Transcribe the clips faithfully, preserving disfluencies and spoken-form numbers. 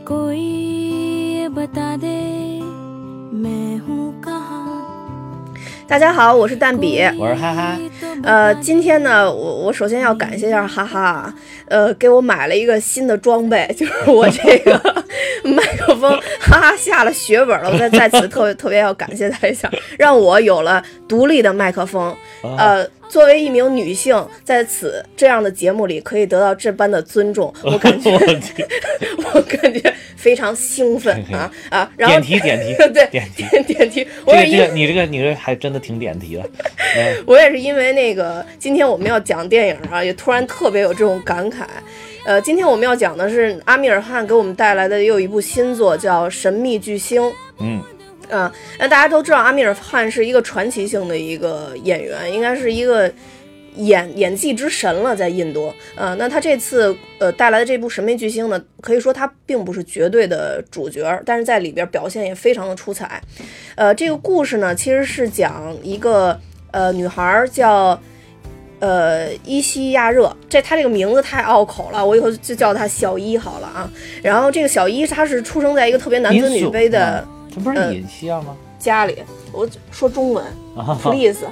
कोई ये बता दे मैं हूँ कहाँ。 大家好，我是蛋比， 我是哈哈。 呃，今天呢，我我首先要感谢一下哈哈，呃，给我买了一个新的装备，就是我这个麦克风，哈哈下了血本了，我在在此特别特别要感谢他一下，让我有了独立的麦克风。呃，作为一名女性，在此这样的节目里可以得到这般的尊重，我感觉我感觉非常兴奋啊啊！然后点题点题对点题点点题， 这个我也因这个你这个你这还真的挺点题的。嗯、 我也是因为那个今天我们要讲电影啊，也突然特别有这种感慨。呃，今天我们要讲的是阿米尔汗给我们带来的又一部新作，叫《神秘巨星》。 嗯。 啊、呃，那大家都知道阿米尔汗是一个传奇性的一个演员，应该是一个演演技之神了，在印度。呃，那他这次呃带来的这部《神秘巨星》呢，可以说他并不是绝对的主角，但是在里边表现也非常的出彩。呃，这个故事呢，其实是讲一个呃女孩叫呃伊西亚热，这她这个名字太拗口了，我以后就叫她小伊好了啊。然后这个小伊她是出生在一个特别男尊女卑的。 这不是尹西亚吗、呃？ 家里，我说中文 ，please。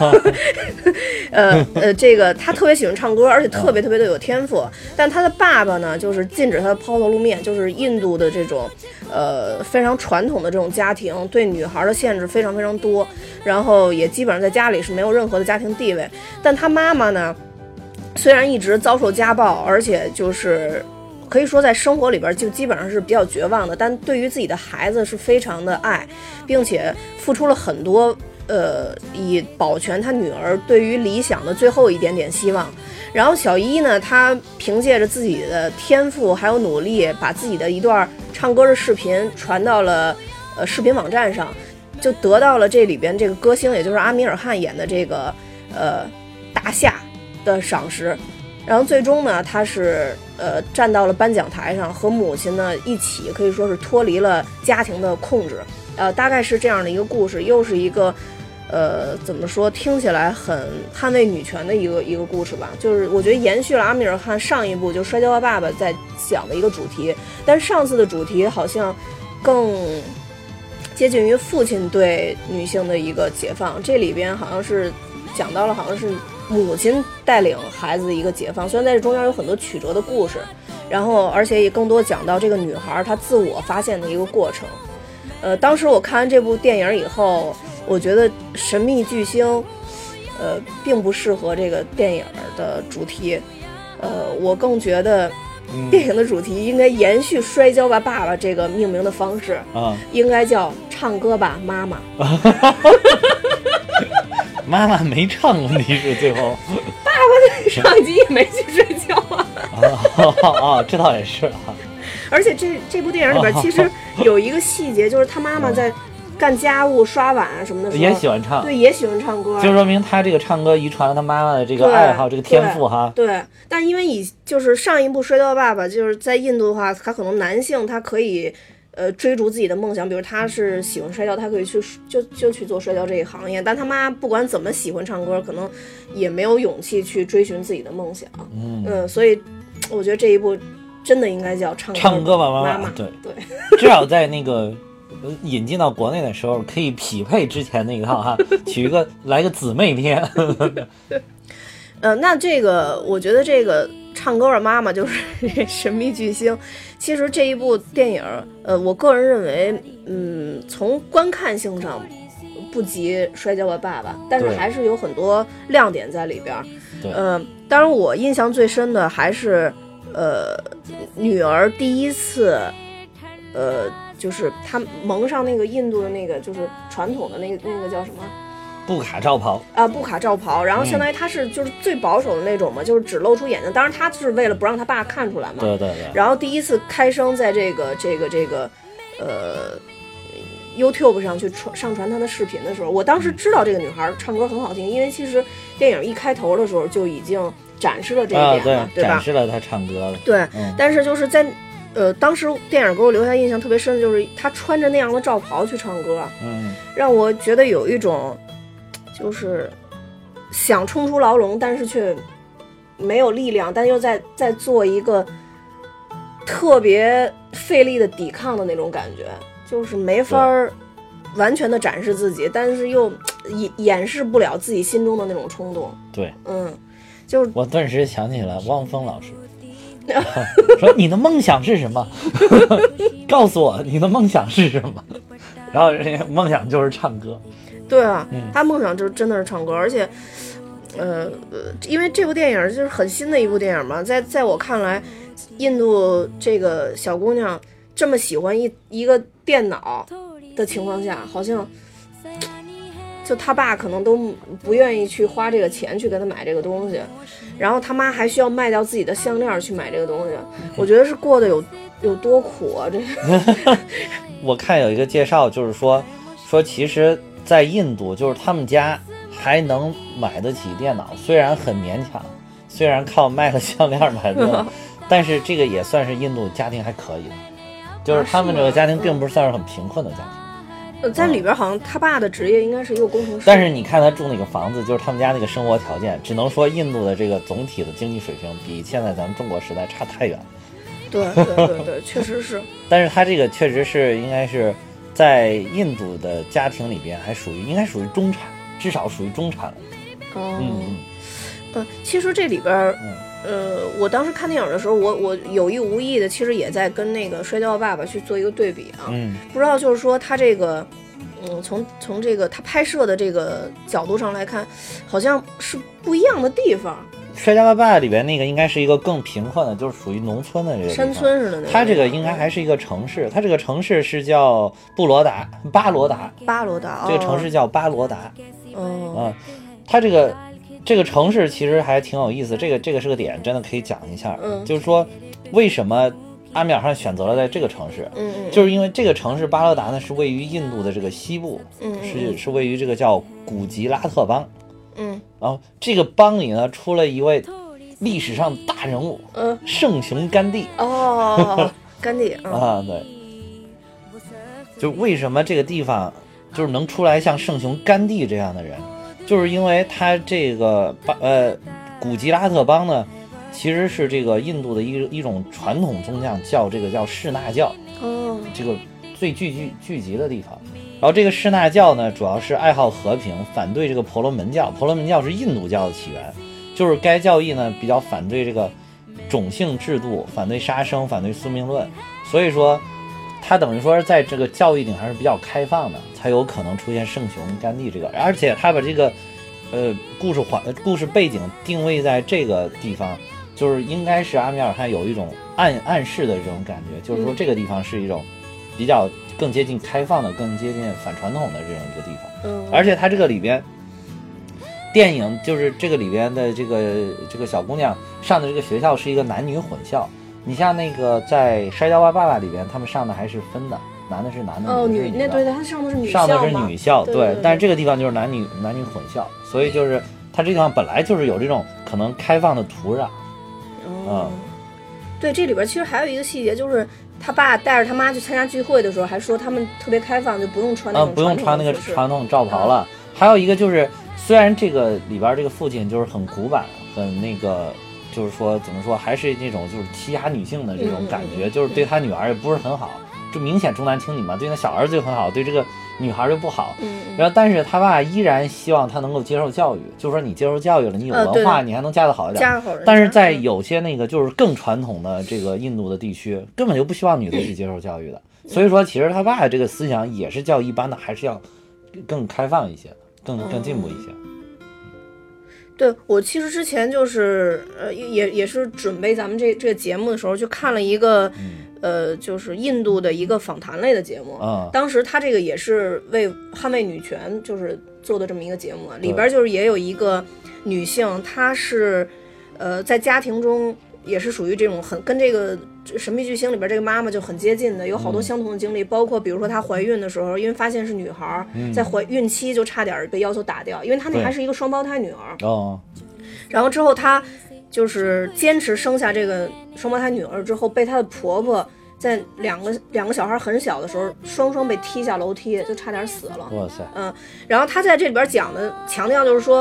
呃呃，这个他特别喜欢唱歌，而且特别特别的有天赋。但他的爸爸呢，就是禁止他抛头露面，就是印度的这种呃非常传统的这种家庭，对女孩的限制非常非常多。然后也基本上在家里是没有任何的家庭地位。但他妈妈呢，虽然一直遭受家暴，而且就是可以说在生活里边就基本上是比较绝望的，但对于自己的孩子是非常的爱，并且付出了很多呃以保全他女儿对于理想的最后一点点希望。然后小伊呢，他凭借着自己的天赋还有努力，把自己的一段唱歌的视频传到了呃视频网站上，就得到了这里边这个歌星，也就是阿米尔汗演的这个呃大夏的赏识。然后最终呢，他是呃站到了颁奖台上，和母亲呢一起，可以说是脱离了家庭的控制，呃，大概是这样的一个故事，又是一个呃怎么说，听起来很捍卫女权的一个一个故事吧。就是我觉得延续了阿米尔汗上一部就《摔跤吧，爸爸》在讲的一个主题，但是上次的主题好像更接近于父亲对女性的一个解放，这里边好像是讲到了好像是母亲带领孩子的一个解放，虽然在这中间有很多曲折的故事，然后而且也更多讲到这个女孩她自我发现的一个过程。呃，当时我看完这部电影以后，我觉得神秘巨星呃并不适合这个电影的主题，呃我更觉得电影的主题应该延续摔跤吧爸爸这个命名的方式啊，应该叫唱歌吧妈妈。 妈妈没唱，问题是最后爸爸在上一集也没去睡觉啊。 哦哦，这倒也是啊。 而且这这部电影里边其实有一个细节，就是他妈妈在干家务、刷碗什么的时候也喜欢唱， 对，也喜欢唱歌， 就说明他这个唱歌遗传了他妈妈的这个爱好、这个天赋哈。 对，对但因为以就是上一部《摔跤爸爸》，就是在印度的话，他可能男性他可以。呃，追逐自己的梦想，比如他是喜欢摔跤，他可以去就就去做摔跤这一行业。但他妈不管怎么喜欢唱歌，可能也没有勇气去追寻自己的梦想。嗯，嗯所以我觉得这一部真的应该叫唱歌唱歌吧妈妈妈。 对对， 至少在那个引进到国内的时候，可以匹配之前那一套哈，取一个来个姊妹篇。 呃，那这个我觉得这个。唱歌的妈妈就是神秘巨星。其实这一部电影，呃，我个人认为，嗯，从观看性上不及《摔跤吧，爸爸》，但是还是有很多亮点在里边。嗯、呃，当然我印象最深的还是，呃，女儿第一次，呃，就是她蒙上那个印度的那个就是传统的那个那个叫什么？ 布卡罩袍啊，布卡罩袍，然后相当于他是就是最保守的那种嘛，嗯、就是只露出眼睛。当然他是为了不让他爸看出来嘛。 对对对。 然后第一次开声在这个这个这个呃 YouTube 上去传上传他的视频的时候，我当时知道这个女孩唱歌很好听，因为其实电影一开头的时候就已经展示了这一点了， 啊、 对, 对吧？ 展示了她唱歌了。 对， 嗯、 但是就是在。呃，当时电影给我留下印象特别深的就是她穿着那样的罩袍去唱歌， 嗯， 让我觉得有一种就是想冲出牢笼，但是却没有力量，但又在在做一个特别费力的抵抗的那种感觉，就是没法完全的展示自己，但是又掩掩饰不了自己心中的那种冲动。 对， 嗯，就是我顿时想起了汪峰老师。说你的梦想是什么？告诉我你的梦想是什么？然后人家梦想就是唱歌。 对啊， 嗯、 他梦想就真的是唱歌，而且，呃，因为这部电影就是很新的一部电影嘛，在在我看来，印度这个小姑娘这么喜欢一一个电脑的情况下，好像就他爸可能都不愿意去花这个钱去给他买这个东西，然后他妈还需要卖掉自己的项链去买这个东西，我觉得是过得有有多苦啊！这个我看有一个介绍，就是说说其实，在印度，就是他们家还能买得起电脑，虽然很勉强，虽然靠卖个项链买的，但是这个也算是印度家庭还可以的，就是他们这个家庭并不是算是很贫困的家庭。 呃，在里边好像他爸的职业应该是一个工程师， 但是你看他住那个房子，就是他们家那个生活条件，只能说印度的这个总体的经济水平比现在咱们中国时代差太远了。 对对对对，确实是。 但是他这个确实是应该是在印度的家庭里边还属于应该属于中产，至少属于中产了。 哦， 嗯嗯，其实这里边，嗯。呃，我当时看电影的时候，我我有意无意的，其实也在跟那个《摔跤吧爸爸》去做一个对比啊。 嗯， 不知道就是说他这个，嗯，从从这个他拍摄的这个角度上来看，好像是不一样的地方。 《摔跤吧爸爸》里边那个应该是一个更贫困的，就是属于农村的这个地方山村似的那个。 他这个应该还是一个城市，他这个城市是叫布罗达巴罗达， 巴罗达， 这个城市叫巴罗达。 哦， 啊，他这个。这个城市其实还挺有意思，这个这个是个点，真的可以讲一下。 嗯， 就是说，为什么阿米尔汗选择了在这个城市？ 嗯嗯， 就是因为这个城市巴罗达呢是位于印度的这个西部， 嗯嗯是是位于这个叫古吉拉特邦。 嗯， 然后这个邦里呢出了一位历史上大人物， 嗯， 圣雄甘地。 哦，甘地、嗯、 啊，对。就为什么这个地方就是能出来像圣雄甘地这样的人？就是因为他这个呃古吉拉特邦呢，其实是这个印度的一一种传统宗教，叫这个叫释那教， 哦， 这个最聚聚聚集的地方。然后这个释那教呢，主要是爱好和平，反对这个婆罗门教。婆罗门教是印度教的起源，就是该教义呢比较反对这个种姓制度，反对杀生，反对宿命论。所以说，他等于说是在这个教义顶还是比较开放的。才有可能出现圣雄甘地这个，而且他把这个，呃，故事环故事背景定位在这个地方，就是应该是阿米尔汗有一种暗暗示的这种感觉，就是说这个地方是一种比较更接近开放的、更接近反传统的这种一个地方。 嗯， 而且他这个里边，电影就是这个里边的这个这个小姑娘上的这个学校是一个男女混校。你像那个在《摔跤吧爸爸》里边，他们上的还是分的。男的是男的， 哦， 女那对对，他上的是女校， 上的是女校， 对, 对, 对, 对。 但是这个地方就是男女男女混校，所以就是他这地方本来就是有这种可能开放的土壤。 哦、 嗯， 对，这里边其实还有一个细节，就是他爸带着他妈去参加聚会的时候，还说他们特别开放，就不用穿那种、 啊、不用穿那个传统罩袍了。嗯、还有一个就是，虽然这个里边这个父亲就是很古板，很那个。就是说，怎么说，还是那种就是欺压女性的这种感觉， 嗯、 就是对他女儿也不是很好，就明显重男轻女嘛。对那小儿子就很好，对这个女孩就不好。 嗯， 然后但是他爸依然希望他能够接受教育，就是说你接受教育了，你有文化， 呃、 你还能嫁得好一点。 嫁好人。 但是在有些那个就是更传统的这个印度的地区，根本就不希望女的去接受教育的。 嗯、 所以说，其实他爸这个思想也是较一般的，还是要更开放一些，更更进步一些。 嗯对，我其实之前就是呃也也是准备咱们这这个节目的时候，就看了一个、 嗯、 呃就是印度的一个访谈类的节目。 嗯， 当时他这个也是为捍卫女权就是做的这么一个节目啊，里边就是也有一个女性，她是呃在家庭中也是属于这种很跟这个神秘巨星里边这个妈妈就很接近的，有好多相同的经历、嗯、包括比如说她怀孕的时候，因为发现是女孩、嗯、在怀孕期就差点被要求打掉，因为她那还是一个双胞胎女儿哦。 然后之后她就是坚持生下这个双胞胎女儿之后，被她的婆婆在两个两个小孩很小的时候双双被踢下楼梯，就差点死了。 哇塞！ 嗯，然后她在这里边讲的强调就是说，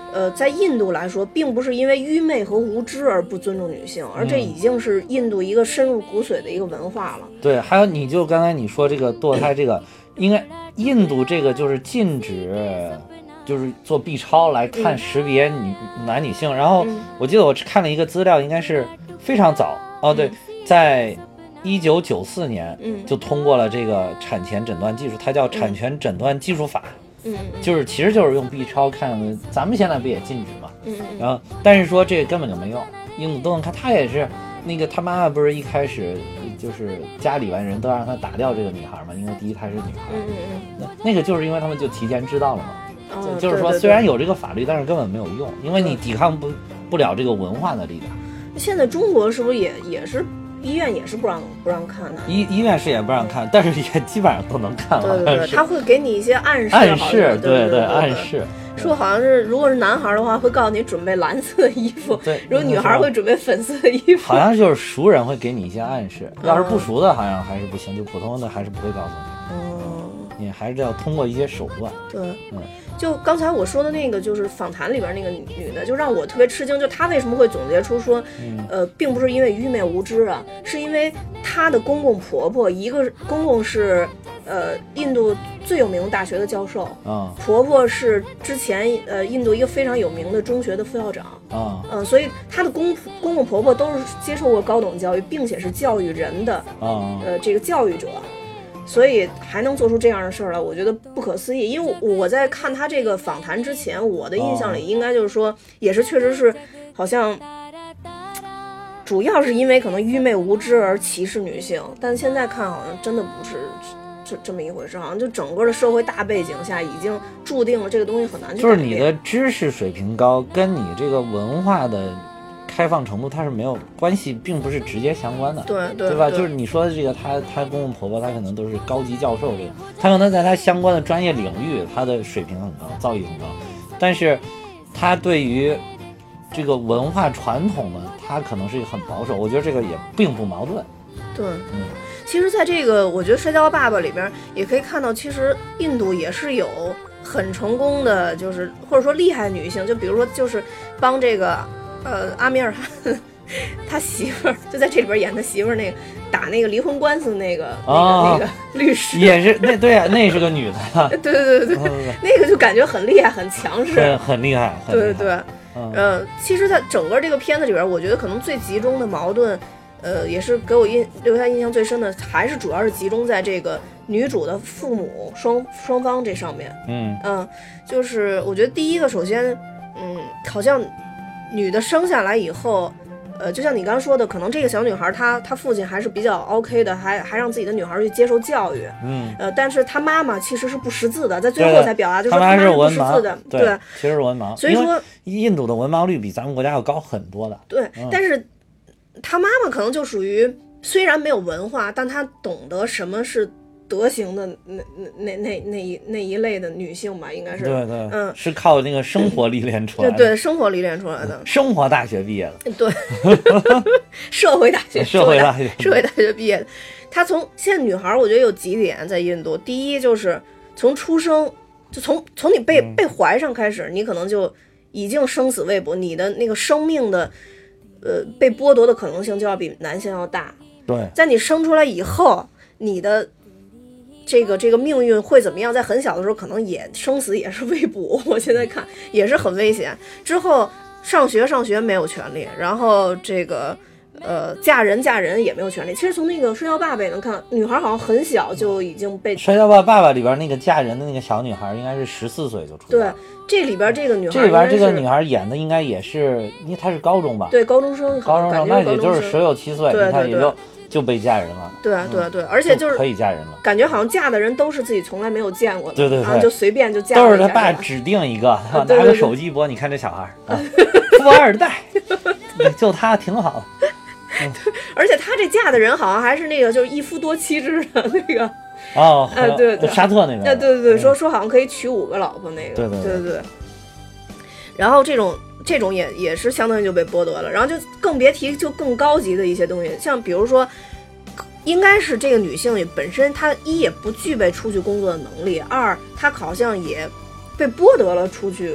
呃，在印度来说，并不是因为愚昧和无知而不尊重女性，而这已经是印度一个深入骨髓的一个文化了。 对，还有你就刚才你说这个堕胎这个，应该印度这个就是禁止，就是做 B 超来看识别女、嗯、男女性。然后我记得我看了一个资料，应该是非常早哦，对，在一九九四年就通过了这个产前诊断技术，它叫产前诊断技术法。 嗯， 就是其实就是用 B 超看，咱们现在不也禁止嘛？ 嗯， 然后但是说这个根本就没用，印度都能看。他也是那个他妈妈不是一开始就是家里边人都让他打掉这个女孩嘛，因为第一胎是女孩。 嗯嗯嗯， 那那个就是因为他们就提前知道了嘛。 哦、 就就是说对对对虽然有这个法律，但是根本没有用，因为你抵抗不不了这个文化的力量。 现在中国是不是也也是？医院也是不让不让看的， 医医院是也不让看，但是也基本上都能看。 对对对，他会给你一些暗示， 暗示， 对对对暗示。 说好像是，如果是男孩的话，会告诉你准备蓝色的衣服； 对， 如果女孩会准备粉色的衣服。 好像就是熟人会给你一些暗示，要是不熟的，好像还是不行，就普通的还是不会告诉你。 嗯， 你还是要通过一些手段。 对， 嗯。 就刚才我说的那个，就是访谈里边那个女的，就让我特别吃惊。就她为什么会总结出说，呃，并不是因为愚昧无知啊，是因为她的公公婆婆，一个公公是呃印度最有名的大学的教授啊， 婆婆是之前呃印度一个非常有名的中学的副校长啊， 嗯、呃，所以她的公公公婆婆都是接受过高等教育，并且是教育人的啊， 呃这个教育者。所以还能做出这样的事儿来，我觉得不可思议。因为我在看他这个访谈之前，我的印象里应该就是说，也是确实是好像主要是因为可能愚昧无知而歧视女性，但现在看好像真的不是这这么一回事，好像就整个的社会大背景下已经注定了这个东西很难去改变。 就是你的知识水平高，跟你这个文化的开放程度它是没有关系，并不是直接相关的， 对对对吧？ 对就是你说的这个，他他公公婆婆，他可能都是高级教授，这个他可能在他相关的专业领域，他的水平很高，造诣很高，但是他对于这个文化传统呢，他可能是很保守。我觉得这个也并不矛盾。 对， 嗯， 其实在这个我觉得《摔跤爸爸》里边也可以看到，其实印度也是有很成功的，就是或者说厉害女性，就比如说就是帮这个。呃，阿米尔汗他媳妇儿就在这里边演他媳妇儿那个打那个离婚官司那个、哦、那个那个律师也是那对啊，那是个女的， 对对对对，嗯、那个就感觉很厉害，很强势， 很很厉害， 对对对，嗯、呃，其实，在整个这个片子里边，我觉得可能最集中的矛盾，呃，也是给我印留下印象最深的，还是主要是集中在这个女主的父母双双方这上面， 嗯嗯、呃，就是我觉得第一个，首先，嗯，好像。女的生下来以后，呃，就像你刚刚说的，可能这个小女孩她她父亲还是比较 OK 的，还还让自己的女孩去接受教育， 嗯， 呃，但是她妈妈其实是不识字的，在最后才表达，就是说她妈是不识字的， 对，对其实是文盲， 所以说印度的文盲率比咱们国家要高很多的， 对， 嗯、 但是她妈妈可能就属于虽然没有文化，但她懂得什么是。德行的那那那那一那一类的女性吧，应该是对对， 嗯， 是靠那个生活历练出来的， 对对，生活历练出来的， 生活大学毕业的， 对，社会大学， 社会大学， 社会大学毕业的。她从现在女孩，我觉得有几点在印度，第一就是从出生，就从从你被、嗯、被怀上开始，你可能就已经生死未卜，你的那个生命的呃被剥夺的可能性就要比男性要大。 对， 在你生出来以后，你的。这个这个命运会怎么样？在很小的时候，可能也生死也是未卜。我现在看也是很危险。之后上学上学没有权利，然后这个呃嫁人嫁人也没有权利。其实从那个《摔跤爸爸》也能看，女孩好像很小就已经被《 摔跤吧爸爸》里边那个嫁人的那个小女孩，应该是十四岁就出对，这里边这个女孩， 这里边这个女孩演的应该也是，因为她是高中吧？ 对，高中生， 高中生，那也就是十六七岁， 对你看也就。就被嫁人了， 对对对，而且就是可以嫁人了， 感觉好像嫁的人都是自己从来没有见过的， 对对对， 然后就随便就嫁了，都是他爸指定一个，拿个手机播，你看这小孩啊，富二代，就他挺好的， 嗯、而且他这嫁的人好像还是那个就是一夫多妻制的那个， 哦， 哎、呃、对对， 沙特那个， 对对对，说说好像可以娶五个老婆那个， 对对对对对，然后这种。这种也也是相当于就被剥夺了，然后就更别提就更高级的一些东西，像比如说，应该是这个女性也本身她一也不具备出去工作的能力，二她好像也被剥夺了出去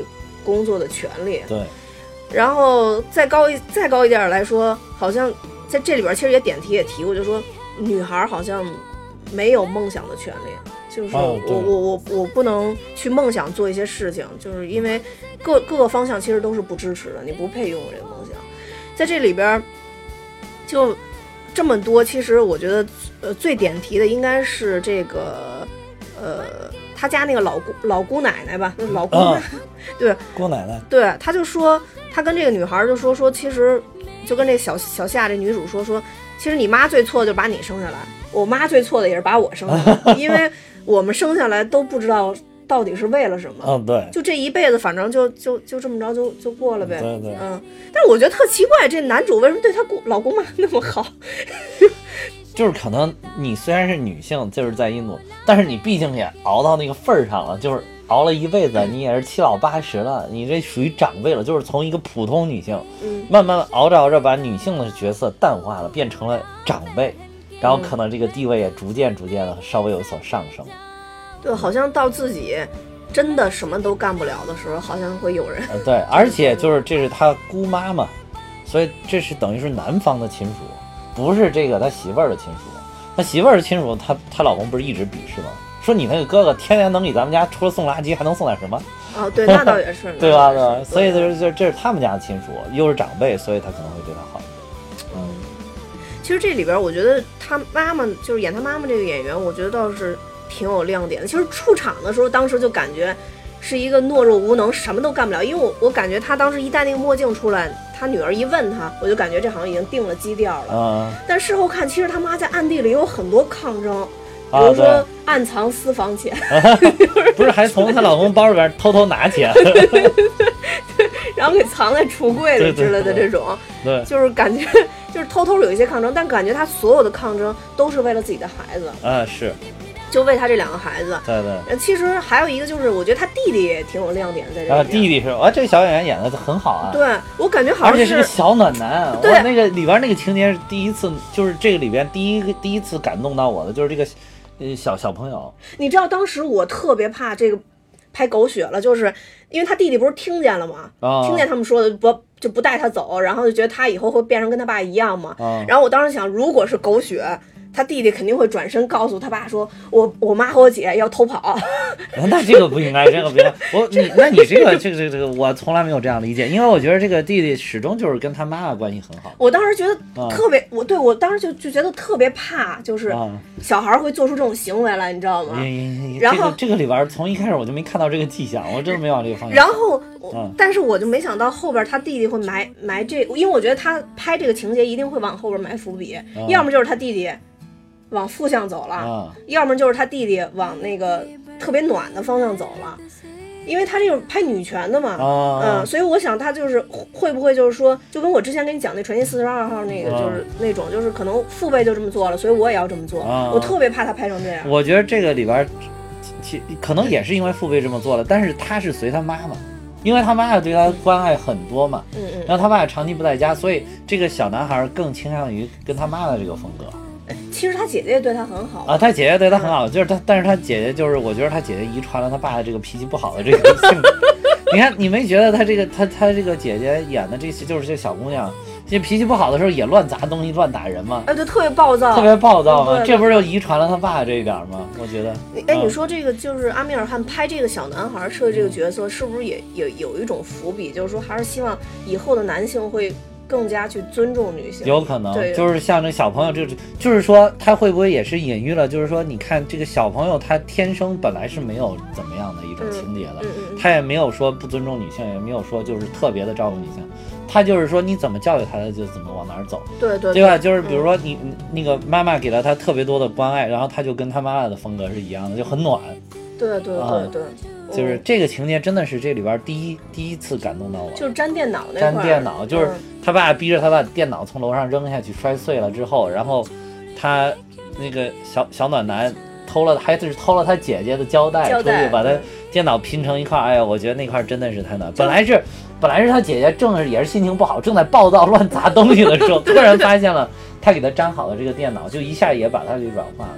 工作的权利。 对， 然后再高一再高一点来说，好像在这里边其实也点题也提过，就说女孩好像没有梦想的权利，就是我、 哦、 我我我不能去梦想做一些事情，就是因为各各个方向其实都是不支持的，你不配拥有这个梦想。在这里边就这么多，其实我觉得呃最点题的应该是这个呃他家那个老姑老姑奶奶吧，老姑奶奶、嗯、对姑奶奶， 对，他就说他跟这个女孩就说说其实就跟这小小夏这女主说说，其实你妈最错就把你生下来，我妈最错的也是把我生下来，因为我们生下来都不知道到底是为了什么。 嗯，对， 就这一辈子，反正就就就这么着就就过了呗。 对对， 嗯。但是我觉得特奇怪，这男主为什么对他姑老公妈那么好？ 就是可能你虽然是女性，就是在印度，但是你毕竟也熬到那个份儿上了，就是熬了一辈子，你也是七老八十了，你这属于长辈了，就是从一个普通女性， 嗯， 慢慢熬着熬着，把女性的角色淡化了，变成了长辈，然后可能这个地位也逐渐逐渐的稍微有所上升。 对，好像到自己真的什么都干不了的时候，好像会有人。 呃、对，而且就是这是他姑妈嘛，所以这是等于是男方的亲属，不是这个他媳妇儿的亲属。他媳妇儿的亲属，他他老公不是一直鄙视吗？说你那个哥哥天天能给咱们家除了送垃圾还能送点什么？ 哦，对，那倒也是， 对吧？对吧？所以就是这是他们家的亲属，又是长辈，所以他可能会对他好一点。嗯， 其实这里边我觉得他妈妈就是演他妈妈这个演员，我觉得倒是挺有亮点的。其实出场的时候，当时就感觉是一个懦弱无能，什么都干不了。因为我我感觉他当时一戴那个墨镜出来，他女儿一问他，我就感觉这好像已经定了基调了。 嗯， 但事后看，其实他妈在暗地里有很多抗争。比如说暗藏私房钱， 啊、不是还从她老公包里边偷偷拿钱， 对对对对，然后给藏在橱柜里之类的这种， 对，对就是感觉就是偷偷有一些抗争，但感觉他所有的抗争都是为了自己的孩子啊，是， 就为他这两个孩子。 对对。 其实还有一个就是，我觉得他弟弟也挺有亮点在这里。 啊，弟弟是啊，这个小演员演的很好啊。 对，我感觉好像是， 而且是个小暖男。 对， 那个里边那个情节是第一次，就是这个里边第一个第一次感动到我的，就是这个。小小朋友， 你知道当时我特别怕这个拍狗血了，就是因为他弟弟不是听见了吗？ 哦、 听见他们说的不就不带他走，然后就觉得他以后会变成跟他爸一样嘛。 哦、 然后我当时想，如果是狗血，他弟弟肯定会转身告诉他爸说：“我我妈和我姐要偷跑。” 那这个不应该，这个不应该。我你那你这个这个这个这个，我从来没有这样理解，因为我觉得这个弟弟始终就是跟他妈妈关系很好。 我当时觉得特别，啊、我对我当时就就觉得特别怕，就是小孩会做出这种行为来，你知道吗？ 嗯、 然后、 这个、这个里边从一开始我就没看到这个迹象，我真的没往这个方向。 然后， 嗯、 但是我就没想到后边他弟弟会埋埋这，因为我觉得他拍这个情节一定会往后边埋伏笔， 嗯、 要么就是他弟弟往负向走了， 啊、 要么就是他弟弟往那个特别暖的方向走了，因为他这个拍女权的嘛， 啊、 嗯，所以我想他就是会不会就是说，就跟我之前跟你讲那传奇四十二号那个， 啊、 就是那种就是可能父辈就这么做了，所以我也要这么做， 啊、 我特别怕他拍成这样。 我觉得这个里边，其可能也是因为父辈这么做了，但是他是随他妈妈。因为他妈妈对他关爱很多嘛， 嗯嗯， 然后他妈妈长期不在家，所以这个小男孩更倾向于跟他妈妈这个风格。 其实他姐姐也对他很好啊，他姐姐对他很好，就是他，但是他姐姐就是，我觉得他姐姐遗传了他爸的这个脾气不好的这个性格。你看，你没觉得他这个他他这个姐姐演的这些就是这小姑娘，这脾气不好的时候也乱砸东西、乱打人吗？ 哎，对，特别暴躁， 特别暴躁吗？ 对对对， 这不是就遗传了他爸这一点吗？我觉得。 哎， 嗯、 你说这个就是阿米尔汗拍这个小男孩设计这个角色，是不是也有有一种伏笔？就是说，还是希望以后的男性会更加去尊重女性。 有可能， 对， 就是像这小朋友，就是就是说，他会不会也是隐喻了？就是说，你看这个小朋友，他天生本来是没有怎么样的一种情节的， 嗯嗯嗯、 他也没有说不尊重女性，也没有说就是特别的照顾女性。他就是说，你怎么教育他的，就怎么往哪儿走， 对对， 对吧？就是比如说你、嗯、那个妈妈给了他特别多的关爱，然后他就跟他妈妈的风格是一样的，就很暖。 对对对对， 嗯、就是这个情节真的是这里边第一第一次感动到我。 就是粘电脑那块， 粘电脑就是他爸逼着他把电脑从楼上扔下去摔碎了之后，然后他那个小小暖男偷了，还是偷了他姐姐的胶带， 胶带出去把他电脑拼成一块。哎呀，我觉得那块真的是太暖。本来是本来是他姐姐正是也是心情不好，正在暴躁乱砸东西的时候，突然发现了他给他粘好的这个电脑，就一下也把他给软化了。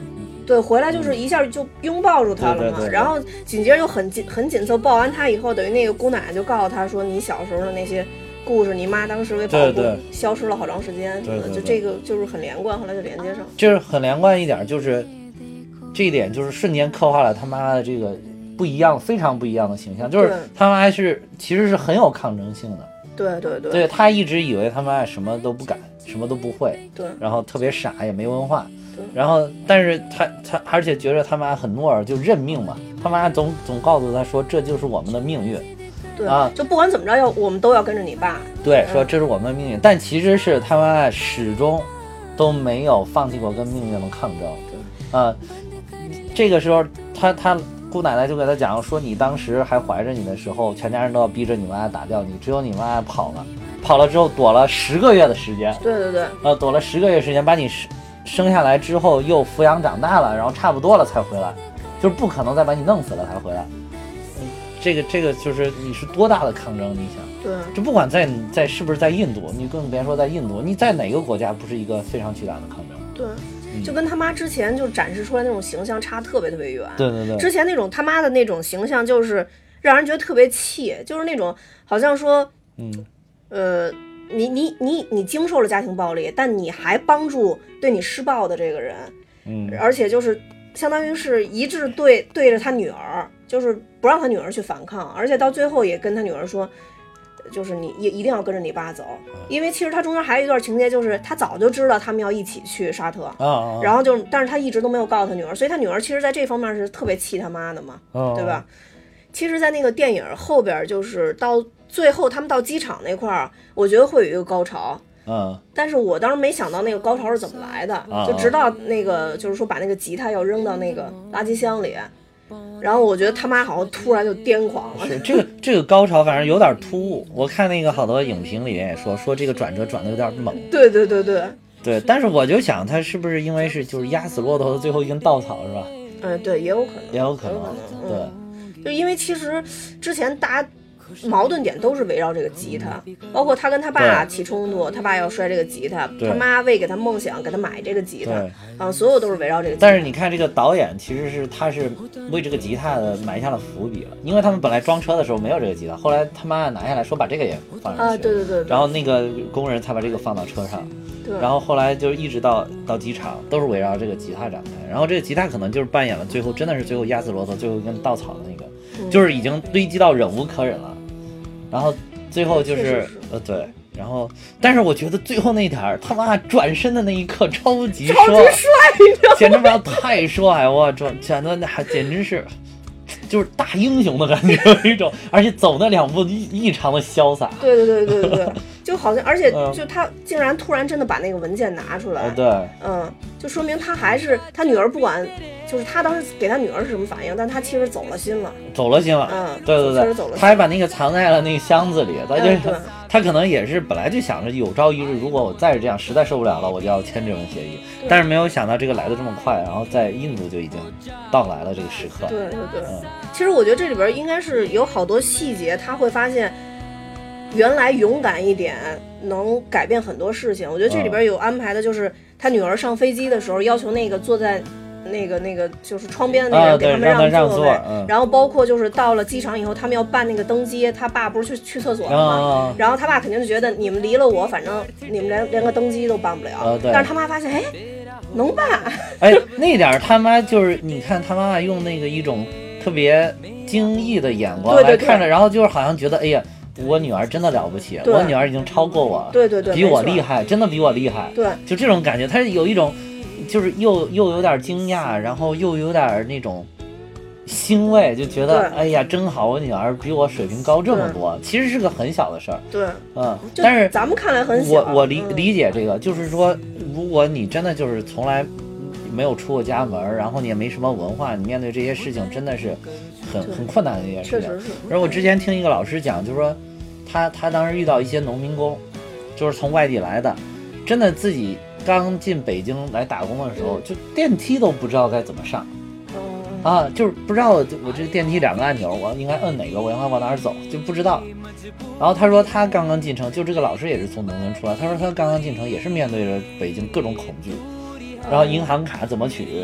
对，回来就是一下就拥抱住他了嘛， 对对对对然后紧接着就很紧很紧凑，抱完他以后，等于那个姑奶奶就告诉他说，你小时候的那些故事，你妈当时为保护对对消失了好长时间， 对对对就这个就是很连贯，后来就连接上。 就是很连贯一点，就是这一点就是瞬间刻画了他妈的这个不一样，非常不一样的形象，就是他妈是其实是很有抗争性的。 对对对， 对他一直以为他妈什么都不敢，什么都不会， 对， 然后特别傻，也没文化， 对， 然后但是他他而且觉得他妈很懦弱，就认命嘛，他妈总总告诉他说这就是我们的命运， 对啊， 就不管怎么着要我们都要跟着你爸， 对，说这是我们的命运，但其实是他妈始终都没有放弃过跟命运的抗争， 对， 啊，这个时候他他。姑奶奶就给他讲说，你当时还怀着你的时候，全家人都要逼着你妈打掉你，只有你妈跑了，跑了之后躲了十个月的时间， 对对对， 呃，躲了十个月时间，把你生生下来之后又抚养长大了，然后差不多了才回来，就是不可能再把你弄死了才回来。嗯，这个这个就是你是多大的抗争，你想？ 对， 就不管在在是不是在印度，你更别说在印度，你在哪个国家不是一个非常巨大的抗争？ 对。就跟他妈之前就展示出来那种形象差特别特别远。 对对对， 之前那种他妈的那种形象就是让人觉得特别气，就是那种好像说， 嗯， 呃，你你你你经受了家庭暴力，但你还帮助对你施暴的这个人， 嗯， 而且就是相当于是一致对对着他女儿，就是不让他女儿去反抗，而且到最后也跟他女儿说。就是你也一定要跟着你爸走，因为其实他中间还有一段情节，就是他早就知道他们要一起去沙特， 啊， 然后就，但是他一直都没有告诉他女儿，所以他女儿其实在这方面是特别气他妈的嘛， 啊对吧？其实，在那个电影后边，就是到最后他们到机场那块儿，我觉得会有一个高潮， 嗯， 但是我当时没想到那个高潮是怎么来的， 啊、 就直到那个就是说把那个吉他要扔到那个垃圾箱里。然后我觉得他妈好像突然就癫狂了。 是这个这个高潮，反正有点突兀。我看那个好多影评里面也说，说这个转折转的有点猛。 对对对对对，但是我就想，他是不是因为是就是压死骆驼的最后一根稻草，是吧？ 嗯，对，也有可能， 也有可能， 有可能对、 嗯。就因为其实之前大家矛盾点都是围绕这个吉他，包括他跟他爸起冲突，他爸要摔这个吉他，他妈为给他梦想给他买这个吉他，啊，所有都是围绕这个吉他。 但是你看这个导演其实是他是为这个吉他的埋下了伏笔了，因为他们本来装车的时候没有这个吉他，后来他妈拿下来说把这个也放上去， 啊，对对 对, 对。 然后那个工人才把这个放到车上， 对。 然后后来就一直到到机场都是围绕这个吉他展开，然后这个吉他可能就是扮演了最后真的是最后压死骆驼最后一根稻草的那个， 嗯、 就是已经堆积到忍无可忍了。然后最后就是是呃对，然后但是我觉得最后那点儿他妈转身的那一刻超级帅， 超级帅， 简直不要太帅，我这简直那还简直是就是大英雄的感觉，有一种，而且走那两步异异常的潇洒。 对对对对对对，就好像而且就他竟然突然真的把那个文件拿出来， 嗯、对， 嗯，就说明他还是他女儿不管。就是他当时给他女儿是什么反应，但他其实走了心了， 走了心了， 嗯， 对对对，他还把那个藏在了那个箱子里，他就、 嗯、 他可能也是本来就想着有朝一日，如果我再是这样，实在受不了了，我就要签这份协议，但是没有想到这个来的这么快，然后在印度就已经到来了这个时刻。 对对对， 嗯， 其实我觉得这里边应该是有好多细节，他会发现原来勇敢一点能改变很多事情。我觉得这里边有安排的就是他女儿上飞机的时候要求那个坐在那个那个就是窗边的那个人给他们让让座位、 啊嗯、 然后包括就是到了机场以后他们要办那个登机，他爸不是去去厕所了吗、 啊、 然后他爸肯定就觉得你们离了我反正你们连连个登机都办不了、 啊、 但是他妈发现哎能办， 哎那点他妈就是你看他妈妈用那个一种特别惊异的眼光来看着， 对对对， 然后就是好像觉得哎呀我女儿真的了不起，我女儿已经超过我， 对对对， 比我厉害，真的比我厉害， 对， 就这种感觉，他有一种就是又又有点惊讶，然后又有点那种欣慰，就觉得哎呀真好，我女儿比我水平高这么多，其实是个很小的事儿， 对， 嗯，但是咱们看来很小， 我我理理解这个，就是说如果你真的就是从来没有出过家门，然后你也没什么文化，你面对这些事情真的是很很困难的一件事情。然后我之前听一个老师讲，就是说他他当时遇到一些农民工，就是从外地来的，真的自己刚进北京来打工的时候，就电梯都不知道该怎么上。啊，就是不知道我这电梯两个按钮，我应该摁哪个，我应该往哪儿走，就不知道。然后他说他刚刚进城，就这个老师也是从农村出来，他说他刚刚进城也是面对着北京各种恐惧，然后银行卡怎么取，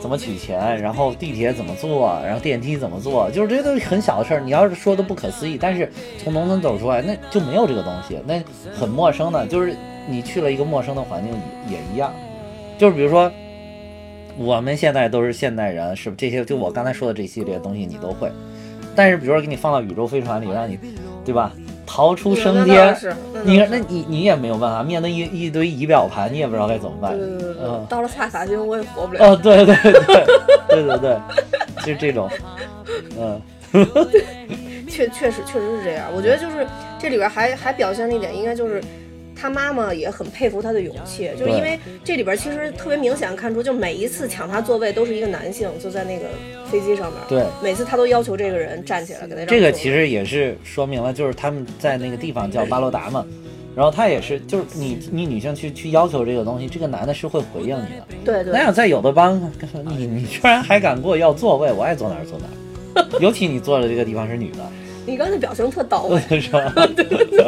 怎么取钱，然后地铁怎么坐，然后电梯怎么坐，就是这些都是很小的事儿。你要是说的不可思议，但是从农村走出来，那就没有这个东西，那很陌生的。就是你去了一个陌生的环境也一样，就是比如说我们现在都是现代人，是不这些就我刚才说的这系列东西你都会，但是比如说给你放到宇宙飞船里，让你对吧？逃出升天，你那你你也没有办法，面对一一堆仪表盘，你也不知道该怎么办。 对对对， 嗯， 到了萨萨星我也活不了。 哦，对对对对对对，就是这种，嗯， 确确实确实是这样。我觉得就是这里边还还表现了一点，应该就是他妈妈也很佩服他的勇气，就是因为这里边其实特别明显看出，就每一次抢他座位都是一个男性，就在那个飞机上面， 对， 每次他都要求这个人站起来给他让座位。 这个其实也是说明了，就是他们在那个地方叫巴罗达嘛，然后他也是，就是你你女性去去要求这个东西，这个男的是会回应你的。 对对。 那样在有的邦，你你居然还敢给我要座位，我爱坐哪儿坐哪儿，尤其你坐的这个地方是女的。 你刚才表情特到位， 是吧？ 对对对。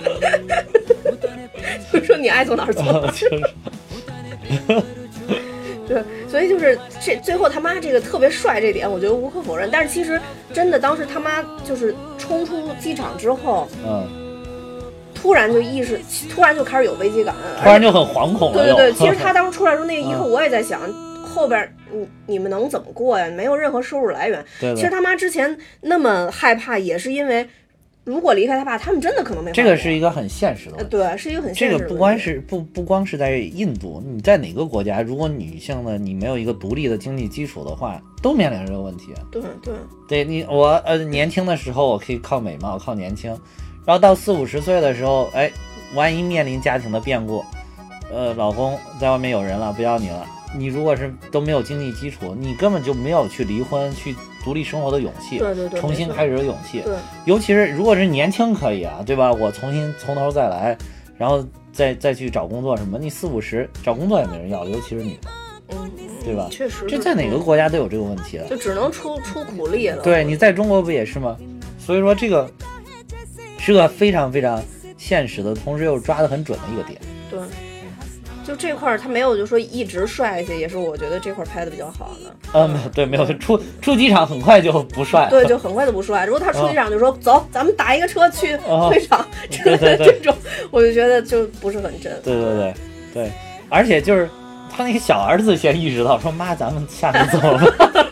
就说你爱坐哪儿坐哪儿。 就是。 对，所以就是这最后他妈这个特别帅这点，我觉得无可否认。但是其实真的，当时他妈就是冲出机场之后， 嗯， 突然就意识，突然就开始有危机感， 突然就很惶恐了。 对对对，其实他当时出来的时候那一刻，我也在想，嗯、后边你你们能怎么过呀？没有任何收入来源。 对对， 其实他妈之前那么害怕，也是因为。如果离开他爸，他们真的可能没法。 这个是一个很现实的问题， 对，是一个很现实的问题。 这个不光是不不光是在印度，你在哪个国家，如果女性呢，你没有一个独立的经济基础的话，都面临这个问题。 对对， 对你我呃年轻的时候我可以靠美貌靠年轻，然后到四五十岁的时候，哎，万一面临家庭的变故，呃，老公在外面有人了，不要你了。你如果是都没有经济基础，你根本就没有去离婚、去独立生活的勇气， 对对对， 重新开始的勇气。 对， 尤其是如果是年轻可以啊，对吧？我重新从头再来，然后再再去找工作什么。你四五十找工作也没人要，尤其是女的， 嗯， 对吧？ 确实， 这在哪个国家都有这个问题的， 就只能出出苦力了。 对，你在中国不也是吗？所以说这个是个非常非常现实的，同时又抓得很准的一个点。 对。就这块他没有就说一直帅气，也是我觉得这块拍的比较好的。 嗯，没有，对，没有出出机场很快就不帅， 对，就很快就不帅。如果他出机场就说、哦、走，咱们打一个车去会场、哦、之类的这种，我就觉得就不是很真。 对对对对，而且就是他那个小儿子先意识到说妈，咱们下面走吧。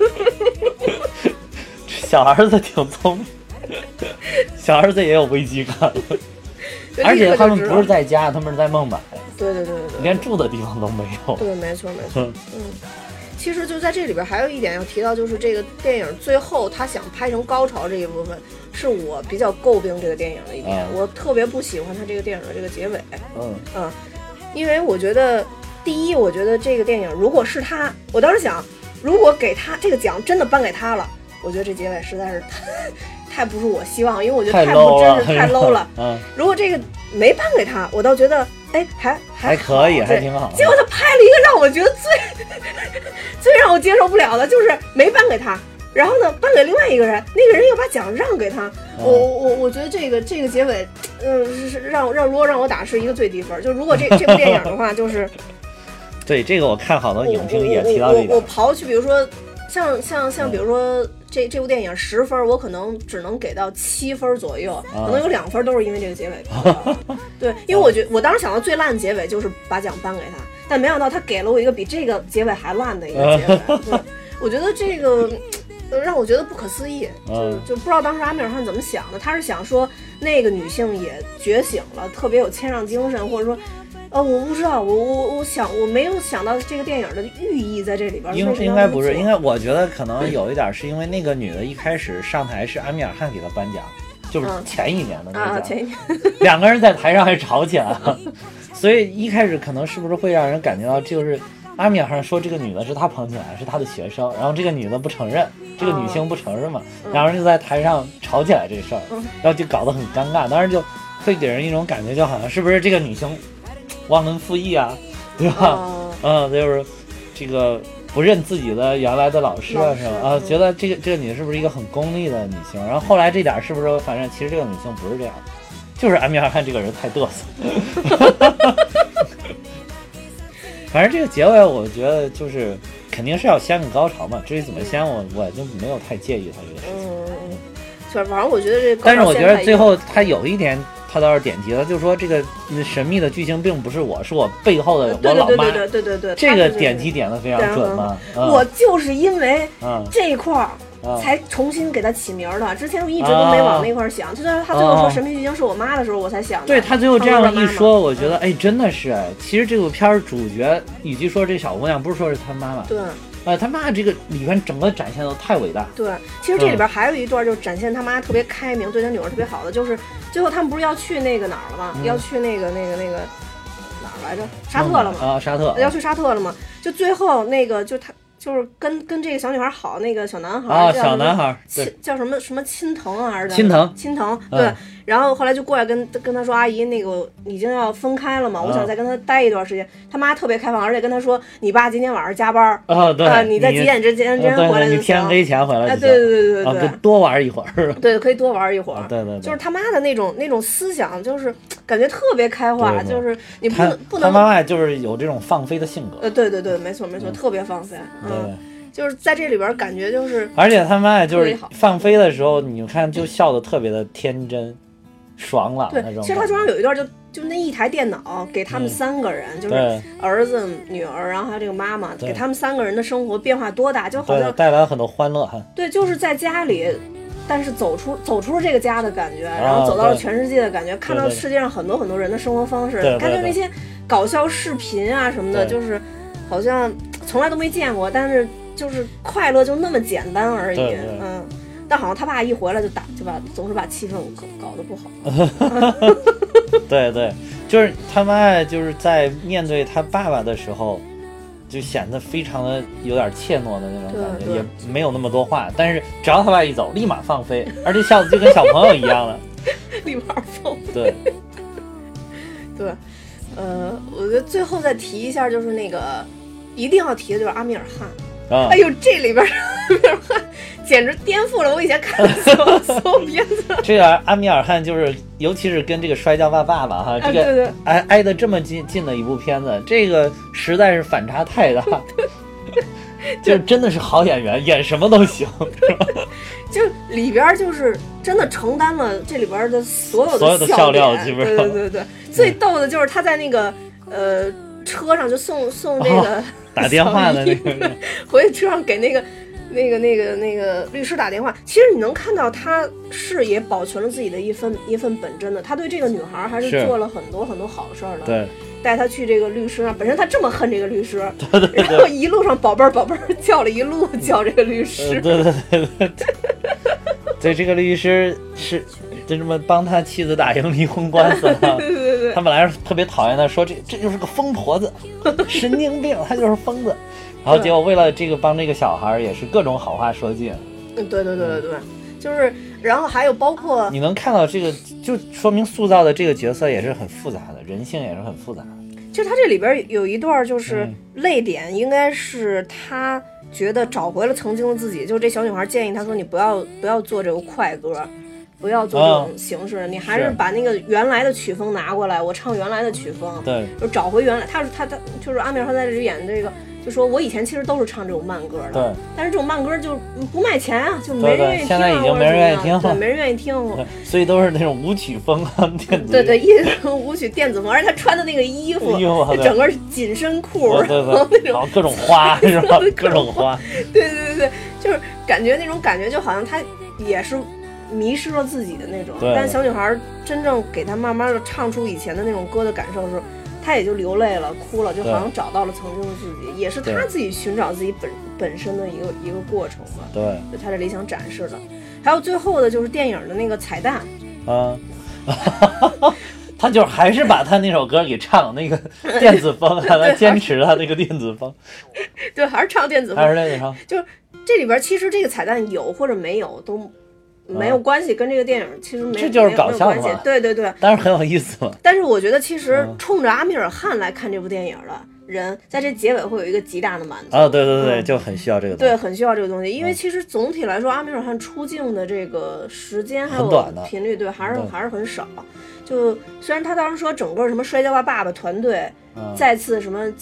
小儿子挺聪明，小儿子也有危机感了。而且他们不是在家，他们是在孟买。 对对对对对， 连住的地方都没有。 对，没错没错。嗯，其实就在这里边还有一点要提到，就是这个电影最后他想拍成高潮这一部分，是我比较诟病这个电影的一点。嗯、我特别不喜欢他这个电影的这个结尾。 嗯嗯，因为我觉得，第一，我觉得这个电影如果是他，我当时想，如果给他这个奖真的颁给他了，我觉得这结尾实在是太太不是我希望，因为我觉得太不真实，太 low 了。 嗯， 如果这个没颁给他，我倒觉得。哎，还还还可以，还挺好。 结果他拍了一个让我觉得最最让我接受不了的，就是没颁给他，然后呢颁给另外一个人，那个人又把奖让给他。我我我觉得这个这个结尾，嗯，是让让如果让我打是一个最低分。就如果这这部电影的话，就是对这个我看好多影评也提到这个。 我我刨去，比如说像像像比如说。这这部电影十分，我可能只能给到七分左右，啊、可能有两分都是因为这个结尾。对，因为我觉得我当时想到最烂的结尾就是把奖颁给他，但没想到他给了我一个比这个结尾还烂的一个结尾。对，我觉得这个让我觉得不可思议，就就不知道当时阿米尔汗怎么想的。他是想说那个女性也觉醒了，特别有谦让精神，或者说。呃，我不知道，我我我想我没有想到这个电影的寓意在这里边。 应应该不是，应该我觉得可能有一点是因为那个女的一开始上台是阿米尔汗给她颁奖，就是前一年的那个奖， 啊、前一年两个人在台上还吵起来了，所以一开始可能是不是会让人感觉到就是阿米尔汗说这个女的是他捧起来，是他的学生，然后这个女的不承认，这个女性不承认嘛， 嗯、 两人就在台上吵起来这事儿，然后就搞得很尴尬，当时就会给人一种感觉，就好像是不是这个女性。忘恩负义啊，对吧？ 哦、 嗯，就是这个不认自己的原来的老师啊，是吧？啊，觉得这个这个女的是不是一个很功利的女性？然后后来这点是不是反正其实这个女性不是这样的，就是阿米尔汗这个人太嘚瑟。反正这个结尾我觉得就是肯定是要先个高潮嘛，至于怎么先我我就没有太介意他这个事情。 嗯，就是反正我觉得这， 但是我觉得最后他有一点他倒是点题了，就是说这个神秘的剧情并不是我，是我背后的我老妈。 对对对对对对对， 这个点题点的非常准嘛。 嗯、我就是因为这一块儿。 嗯才重新给他起名的，之前我一直都没往那块想，就在他最后说神秘剧情是我妈的时候，我才想的。 对他最后这样一说，我觉得哎，真的是哎，其实这部片主角，与其说这小姑娘，不是说是他妈妈， 对， 呃，他妈这个里边整个展现的太伟大。 对，其实这里边还有一段就是展现他妈特别开明，对他女儿特别好的，就是最后他们不是要去那个哪儿了吗？要去那个那个那个哪儿来着？沙特了吗？ 啊，沙特要去沙特了吗？就最后那个就他。就是跟跟这个小女孩好那个小男孩啊，小男孩亲叫什么什么亲藤啊还是亲藤亲藤对、嗯，然后后来就过来跟跟他说阿姨那个已经要分开了嘛，我想再跟他待一段时间。他妈特别开放，而且跟他说你爸今天晚上加班啊，对、 呃，你在几点之前之前回来就行， 你天黑前回来就行。 对对对对对对，多玩一会儿。 对，可以多玩一会儿。 对对对， 就是他妈的那种那种思想，就是感觉特别开化，就是你不不能他妈妈就是有这种放飞的性格。 呃，对对对，没错没错，特别放飞。嗯。 对。 就是在这里边感觉就是， 而且他妈就是放飞的时候，你看就笑得特别的天真、爽朗那种。 对，其实他中间有一段就就那一台电脑给他们三个人，嗯、就是儿子、女儿，然后还有这个妈妈，给他们三个人的生活变化多大，就好像带来了很多欢乐哈。 对，就是在家里，但是走出走出这个家的感觉，然后走到了全世界的感觉，看到世界上很多很多人的生活方式，看到那些搞笑视频啊什么的，就是好像从来都没见过，但是。就是快乐就那么简单而已， 对对嗯，但好像他爸一回来就打，就把总是把气氛搞搞得不好。 对对，就是他妈就是在面对他爸爸的时候，就显得非常的有点怯懦的那种感觉，也没有那么多话，但是只要他爸一走，立马放飞，而且笑得就跟小朋友一样了， 立马放飞。 对， 对，呃，我觉得最后再提一下，就是那个一定要提的就是阿米尔汗。 啊、 哎呦，这里边阿米尔汗简直颠覆了我以前看的所有所有片子。 这个阿米尔汗就是，尤其是跟这个摔跤吧爸爸哈，这个挨挨得这么近近的一部片子，这个实在是反差太大。就真的是好演员，演什么都行。 就里边就是真的承担了这里边的所有的所有的笑料，基本上。 对对对对，最逗的就是他在那个呃车上就送送这个。哦打电话的那个， 回车上给那个、那个、那个、那个律师打电话。其实你能看到，他是也保存了自己的一份一份本真的。他对这个女孩还是做了很多很多好事的。 对， 带她去这个律师那，本身他这么恨这个律师， 对对对， 然后一路上宝贝儿宝贝儿叫了一路叫这个律师。 呃、对对对对对，对这个律师是。就这么帮他妻子打赢离婚官司了。 对对对， 他本来是特别讨厌他，说这这就是个疯婆子，神经病，他就是疯子。然后结果为了这个帮这个小孩，也是各种好话说尽。 嗯，对对对对对，就是然后还有包括你能看到这个，就说明塑造的这个角色也是很复杂的，人性也是很复杂的。 其实他这里边有一段就是泪点，应该是他觉得找回了曾经的自己，就是这小女孩建议他说：“你不要不要做这个快歌。”不要做这种形式、哦、你还是把那个原来的曲风拿过来，我唱原来的曲风， 对， 就找回原来。他是他他就是阿米尔汗在这里演这个，就说我以前其实都是唱这种慢歌的， 对， 但是这种慢歌就不卖钱啊，就没人愿意听、啊， 现在已经没人愿意听了， 对，没人愿意听， 所以都是那种舞曲风啊，电子， 对对，一舞曲电子风，而且他穿的那个衣服， 衣服整个是紧身裤， 对对对， 然后那种然后各种花是吧？各种花， 对对对对，就是感觉那种感觉就好像他也是。迷失了自己的那种，但小女孩真正给她慢慢的唱出以前的那种歌的感受的时候，她也就流泪了，哭了，就好像找到了曾经的自己，也是她自己寻找自己本本身的一个一个过程吧。 对， 就她这里想展示的。还有最后的就是电影的那个彩蛋啊，他就是还是把他那首歌给唱那个电子风，他坚持他那个电子风， 对，还是唱电子风， 还是那个唱， 就是这里边其实这个彩蛋有或者没有都。没有关系，跟这个电影其实没这就是搞笑嘛， 对对对， 但是很有意思嘛。 但是我觉得其实冲着阿米尔汗来看这部电影的人，在这结尾会有一个极大的满足啊！对对对，嗯、就很需要这个东西，对，很需要这个东西，因为其实总体来说，阿米尔汗出镜的这个时间还有频率，对，还是还是很少。就虽然他当时说整个什么摔跤吧爸爸团队、嗯、再次什么几。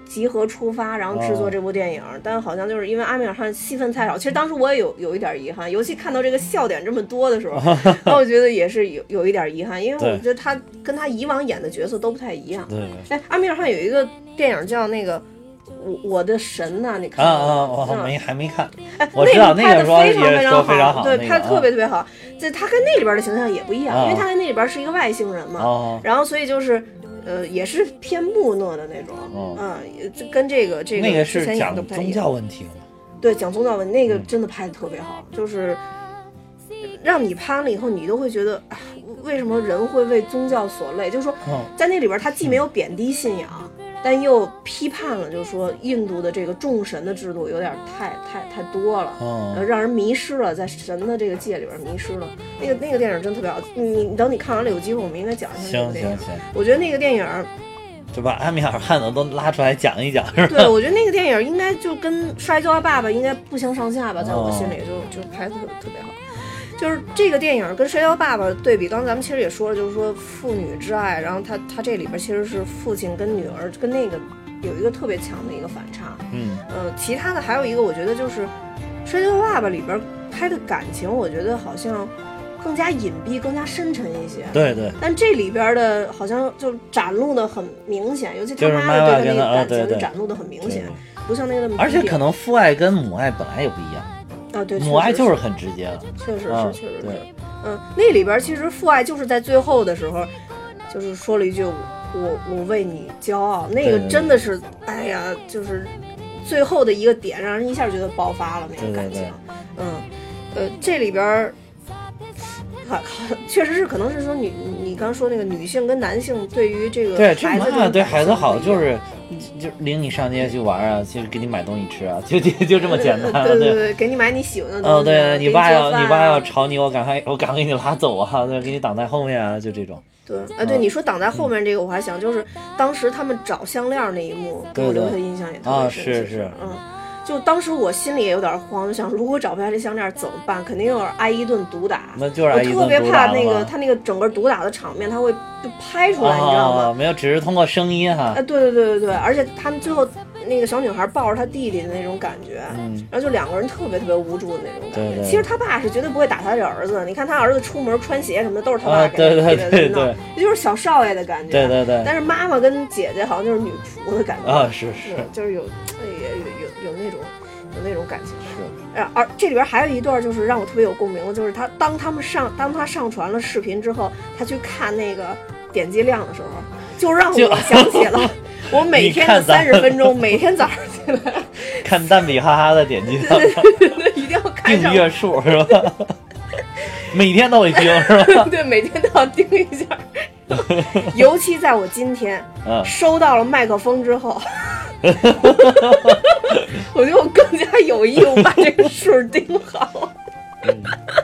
集合出发，然后制作这部电影，哦、但好像就是因为阿米尔汗戏份太少。其实当时我也有有一点遗憾，尤其看到这个笑点这么多的时候，然后我觉得也是有有一点遗憾，因为我觉得他跟他以往演的角色都不太一样。 对， 哎，阿米尔汗有一个电影叫那个。我我的神呐、啊，你看啊啊，我没还没看。 哎， 我知道那个说非常非常非常好， 对， 那个、 拍的特别特别好。这他跟那里边的形象也不一样， 啊、 因为他在那里边是一个外星人嘛， 啊、 然后所以就是呃也是偏木讷的那种，嗯、啊，跟这个这个那个是讲宗教问题， 对，讲宗教问题，那个真的拍的特别好，嗯、就是让你拍了以后，你都会觉得啊，为什么人会为宗教所累？就是说，在那里边他既没有贬低信仰。嗯但又批判了，就是说印度的这个众神的制度有点太太太多了， 嗯， 呃，让人迷失了，在神的这个界里边迷失了。那个那个电影真特别好，你你等你看完了有机会，我们应该讲一下那个电影。 行行行， 我觉得那个电影就把阿米尔汗的都拉出来讲一讲，是吧？ 对，我觉得那个电影应该就跟《摔跤爸爸》应该不相上下吧，在我心里就就拍的特特别好。就是这个电影跟《摔跤爸爸》对比，刚才咱们其实也说了，就是说父女之爱，然后他他这里边其实是父亲跟女儿跟那个有一个特别强的一个反差。 嗯， 呃，其他的还有一个，我觉得就是《摔跤爸爸》里边拍的感情，我觉得好像更加隐蔽、更加深沉一些。 对对。 但这里边的好像就展露的很明显，尤其他妈的对他那个感情就展露的很明显，不像那个那么。 而且可能父爱跟母爱本来也不一样。 啊，对， 母爱就是很直接了， 确实是， 嗯、 确实是。 对， 嗯，那里边其实父爱就是在最后的时候，就是说了一句“我我为你骄傲”，那个真的是， 对对对哎呀，就是最后的一个点，让人一下觉得爆发了那个感情。 对对对嗯，呃，这里边。啊，确实是，可能是说女，你刚说那个女性跟男性对于这个孩子对对孩子好，就是就领你上街去玩啊，就给你买东西吃啊，就就就这么简单。 对对对，给你买你喜欢的东西。 哦，对你爸要你爸要吵你，我赶快我赶快给你拉走啊，对，给你挡在后面啊，就这种。 对啊，对，你说挡在后面这个，我还想就是当时他们找项链那一幕，给我留下印象也特别深。 啊，是是， 嗯。就当时我心里也有点慌，就想如果找不下这项链怎么办？肯定有点挨一顿毒打。 那就是挨一顿毒打。 我特别怕那个他那个整个毒打的场面，他会就拍出来， 啊、 你知道吗？ 没有，只是通过声音哈。 啊，对对对对对，而且他们最后那个小女孩抱着她弟弟的那种感觉， 嗯， 然后就两个人特别特别无助的那种感觉。 对对， 其实他爸是绝对不会打他的儿子，你看他儿子出门穿鞋什么的都是他爸给他给的，对对对， 这就是小少爷的感觉。 对对对。 但是妈妈跟姐姐好像就是女仆的感觉啊，是是， 就是有也有有有那种。有那种感情是， 而这里边还有一段就是让我特别有共鸣的，就是他当他们上当他上传了视频之后，他去看那个点击量的时候，就让我想起了我每天的三十分钟，每天早上起来看蛋比哈哈的点击量， 对对对对，一定要看订阅数是吧？每天都会盯是吧？ 对，每天都要盯一下。尤其在我今天、 嗯、 收到了麦克风之后。我觉得我更加有义务把这个数盯好。 嗯、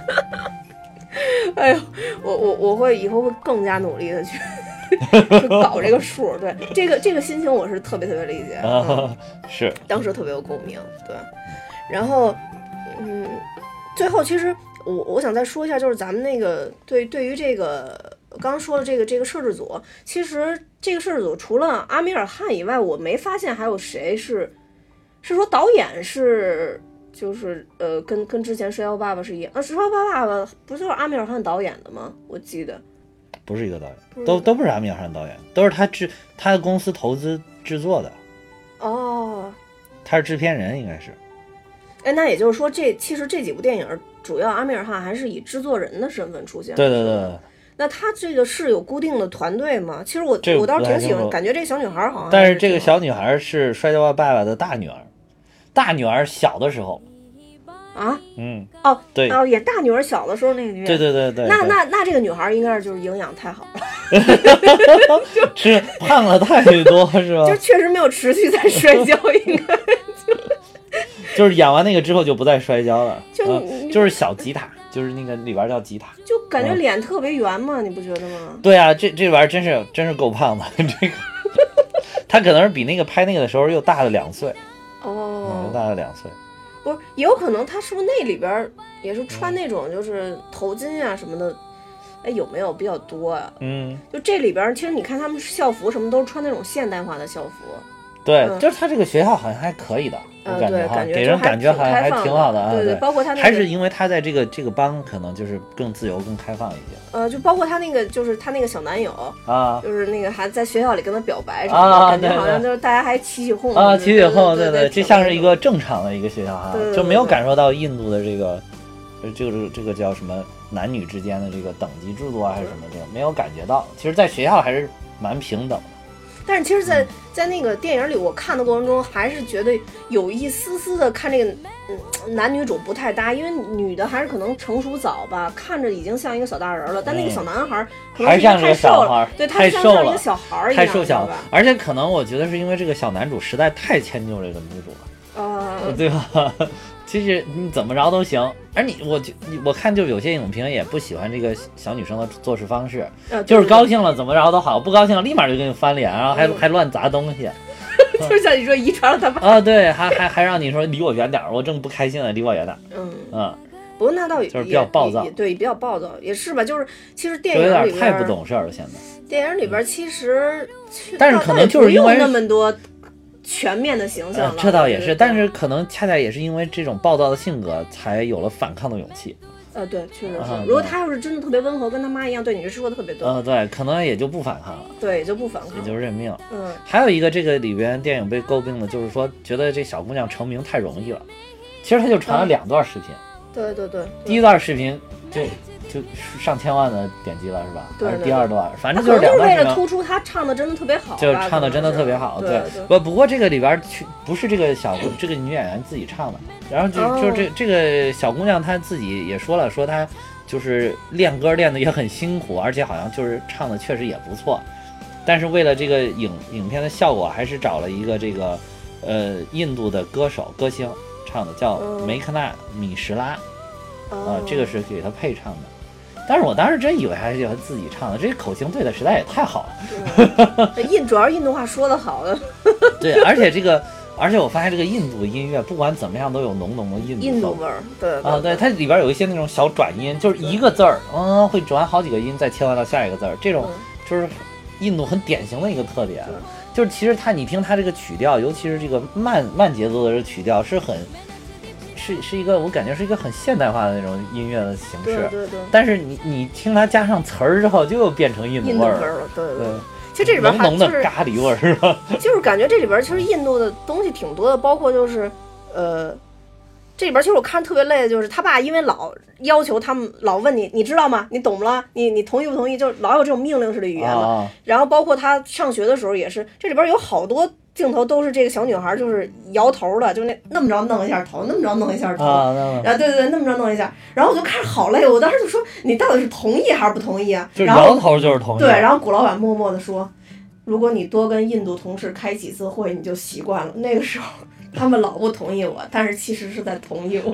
哎呦，我我我会以后会更加努力的去去搞这个数。对，这个这个心情我是特别特别理解，嗯啊、是当时特别有共鸣。对，然后嗯，最后其实我我想再说一下，就是咱们那个对对于这个刚刚说的这个这个摄制组，其实这个摄制组除了阿米尔汗以外，我没发现还有谁是。是说导演是就是呃跟跟之前《摔跤爸爸》是一样，啊，《摔跤爸爸》不就是阿米尔汗导演的吗？我记得不是一个导演，都都不是阿米尔汗导演，都是他制他的公司投资制作的。 哦， 他是制片人应该是。 哎，那也就是说这其实这几部电影主要阿米尔汗还是以制作人的身份出现。 对对对。 那他这个是有固定的团队吗？其实我我倒是挺喜欢，感觉这个小女孩好像。 但是这个小女孩是《摔跤爸爸》的大女儿。大女儿小的时候， 啊， 嗯， 哦， 对， 哦，演大女儿小的时候那个女， 对对对对， 那那那这个女孩应该是就是营养太好了， 吃胖了太多是吧？ 就确实没有持续在摔跤，应该就就是演完那个之后就不再摔跤了， 就、 嗯、就是小吉塔，就是那个里边叫吉塔， 就感觉脸特别圆嘛，嗯、你不觉得吗？ 对啊，这这玩意儿真是真是够胖的，这个他可能是比那个拍那个的时候又大了两岁。 哦， 嗯、大了两岁， 不是，也有可能他是不是那里边也是穿那种就是头巾啊什么的，哎，有没有比较多啊？ 嗯， 就这里边其实你看他们校服什么都是穿那种现代化的校服。 对， 嗯、 就是他这个学校好像还可以的。我感觉哈，给人感觉还还挺好的啊， 对对，包括他那个， 还是因为他在这个这个帮可能就是更自由、更开放一些。 呃，就包括他那个，就是他那个小男友啊， 就是那个还在学校里跟他表白什么的，啊、感觉好像就是大家还起起哄啊，起起哄，对对， 这像是一个正常的一个学校哈，就没有感受到印度的这个，这个这个叫什么男女之间的这个等级制度啊，还是什么这个没有感觉到。其实，在学校还是蛮平等的。 但是其实在，在在那个电影里，我看的过程中，还是觉得有一丝丝的看这个，嗯，男女主不太搭，因为女的还是可能成熟早吧，看着已经像一个小大人了，但那个小男孩可能还像太瘦了， 对， 太瘦了，像一个小孩一样， 太瘦小了。而且可能我觉得是因为这个小男主实在太迁就这个女主了， 啊、 呃，对吧？其实你怎么着都行，而你我我看就有些影评也不喜欢这个小女生的做事方式， 呃、 就是高兴了怎么着都好，不高兴了立马就给你翻脸，然后还、嗯、还乱砸东西， 就是像你说遗传了他爸啊，对，还还还让你说离我远点，我正不开心呢，离我远点， 嗯嗯， 不过那倒也就是比较暴躁， 对，比较暴躁也是吧，就是其实电影里边有点太不懂事了，现在电影里边其实， 但是可能就是因为那么多。全面的形象了、 呃，这倒也是，但是可能恰恰也是因为这种暴躁的性格，才有了反抗的勇气。 呃，对，确实是。 啊、 如果他要是真的特别温和，跟他妈一样，对你说的特别多， 呃，对，可能也就不反抗了。 对，也就不反抗， 也就认命。 嗯。 还有一个，这个里边电影被诟病的就是说，觉得这小姑娘成名太容易了。其实她就传了两段视频。 嗯、对, 对对对。 第一段视频就。就上千万的点击了是吧？ 对， 还是第二段，反正就是两段。 为了突出他唱的真的特别好， 就唱的真的特别好。 对， 不不过这个里边不是这个小这个女演员自己唱的，然后就、 哦、 就是这这个小姑娘她自己也说了，说她就是练歌练的也很辛苦，而且好像就是唱的确实也不错，但是为了这个影影片的效果，还是找了一个这个呃印度的歌手歌星唱的，叫梅克纳米什拉，啊、 哦呃，这个是给她配唱的。但是我当时真以为还是他自己唱的，这个口型对的实在也太好了。印主要是印度话说的好的。 对，而且这个，而且我发现这个印度音乐不管怎么样都有浓浓的印度印度味儿。对啊，对，它里边有一些那种小转音，就是一个字儿，嗯，会转好几个音，再切换到下一个字儿，这种就是印度很典型的一个特点。就是其实它，你听它这个曲调，尤其是这个慢慢节奏的这个曲调，是很。是是一个，我感觉是一个很现代化的那种音乐的形式， 对对对。 但是你你听它加上词儿之后，就又变成印度味儿了，对对对。 其实这里边浓浓的咖喱味儿是吧？ 就是感觉这里边其实印度的东西挺多的，包括就是呃，这里边其实我看特别累的就是他爸，因为老要求他们老问你，你知道吗？你懂不了？你你同意不同意？就老有这种命令式的语言嘛。 啊、 然后包括他上学的时候也是，这里边有好多。镜头都是这个小女孩，就是摇头的，就那那么着弄一下头，那么着弄一下头， 啊， 然后对对对，那么着弄一下，然后我就看着好累，我当时就说你到底是同意还是不同意啊？ 就摇头就是同意。 对，然后古老板默默的说，如果你多跟印度同事开几次会，你就习惯了。那个时候他们老不同意我，但是其实是在同意我。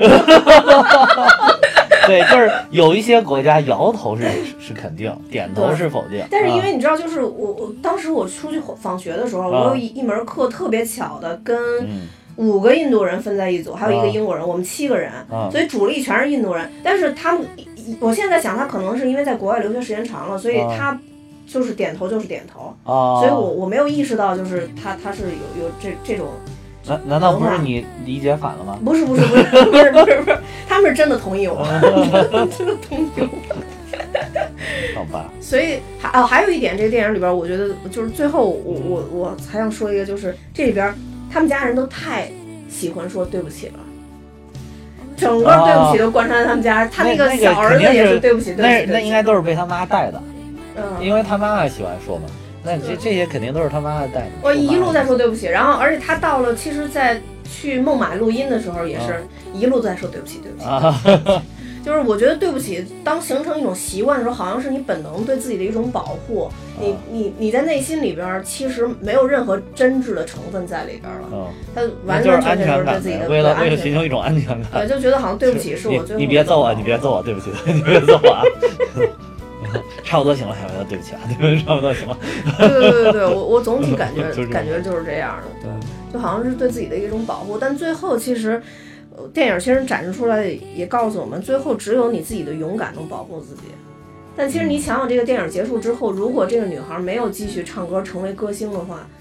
对，就是有一些国家摇头是是肯定，点头是否定。 但是因为你知道，就是我我当时我出去访学的时候，我有一一门课特别巧的跟五个印度人分在一组，还有一个英国人，我们七个人，所以主力全是印度人。但是他们，我现在在想，他可能是因为在国外留学时间长了，所以他就是点头就是点头。所以我我没有意识到，就是他他是有有这这种。 难难道不是你理解反了吗？ 不是不是不是不是不是不是，他们是真的同意我，真的同意我。 好吧。 所以还哦还有一点，这个电影里边，我觉得就是最后我我我还想说一个，就是这里边他们家人都太喜欢说对不起了。整个对不起都贯穿在他们家，哦、他那个小儿子也是对不起，对不起。 那那应该都是被他妈带的， 嗯， 因为他妈妈喜欢说嘛。那这这些肯定都是他妈妈带的。 我一路在说对不起，然后而且他到了，其实，在去孟买录音的时候，也是一路在说对不起，对不起。啊、就是我觉得对不起，当形成一种习惯的时候，好像是你本能对自己的一种保护。你你你在内心里边，其实没有任何真挚的成分在里边了。嗯，他完完全全就是对自己的为了为了寻求一种安全感， 对，就觉得好像对不起是我最后。 你别揍我，你别揍我，对不起，你别揍我啊。差不多行了，还有对不起啊，对不起，差不多行了。 对对对对，我我总体感觉感觉就是这样的，对，就好像是对自己的一种保护，但最后其实，呃，电影其实展示出来也告诉我们，最后只有你自己的勇敢能保护自己。但其实你想想，这个电影结束之后，如果这个女孩没有继续唱歌成为歌星的话，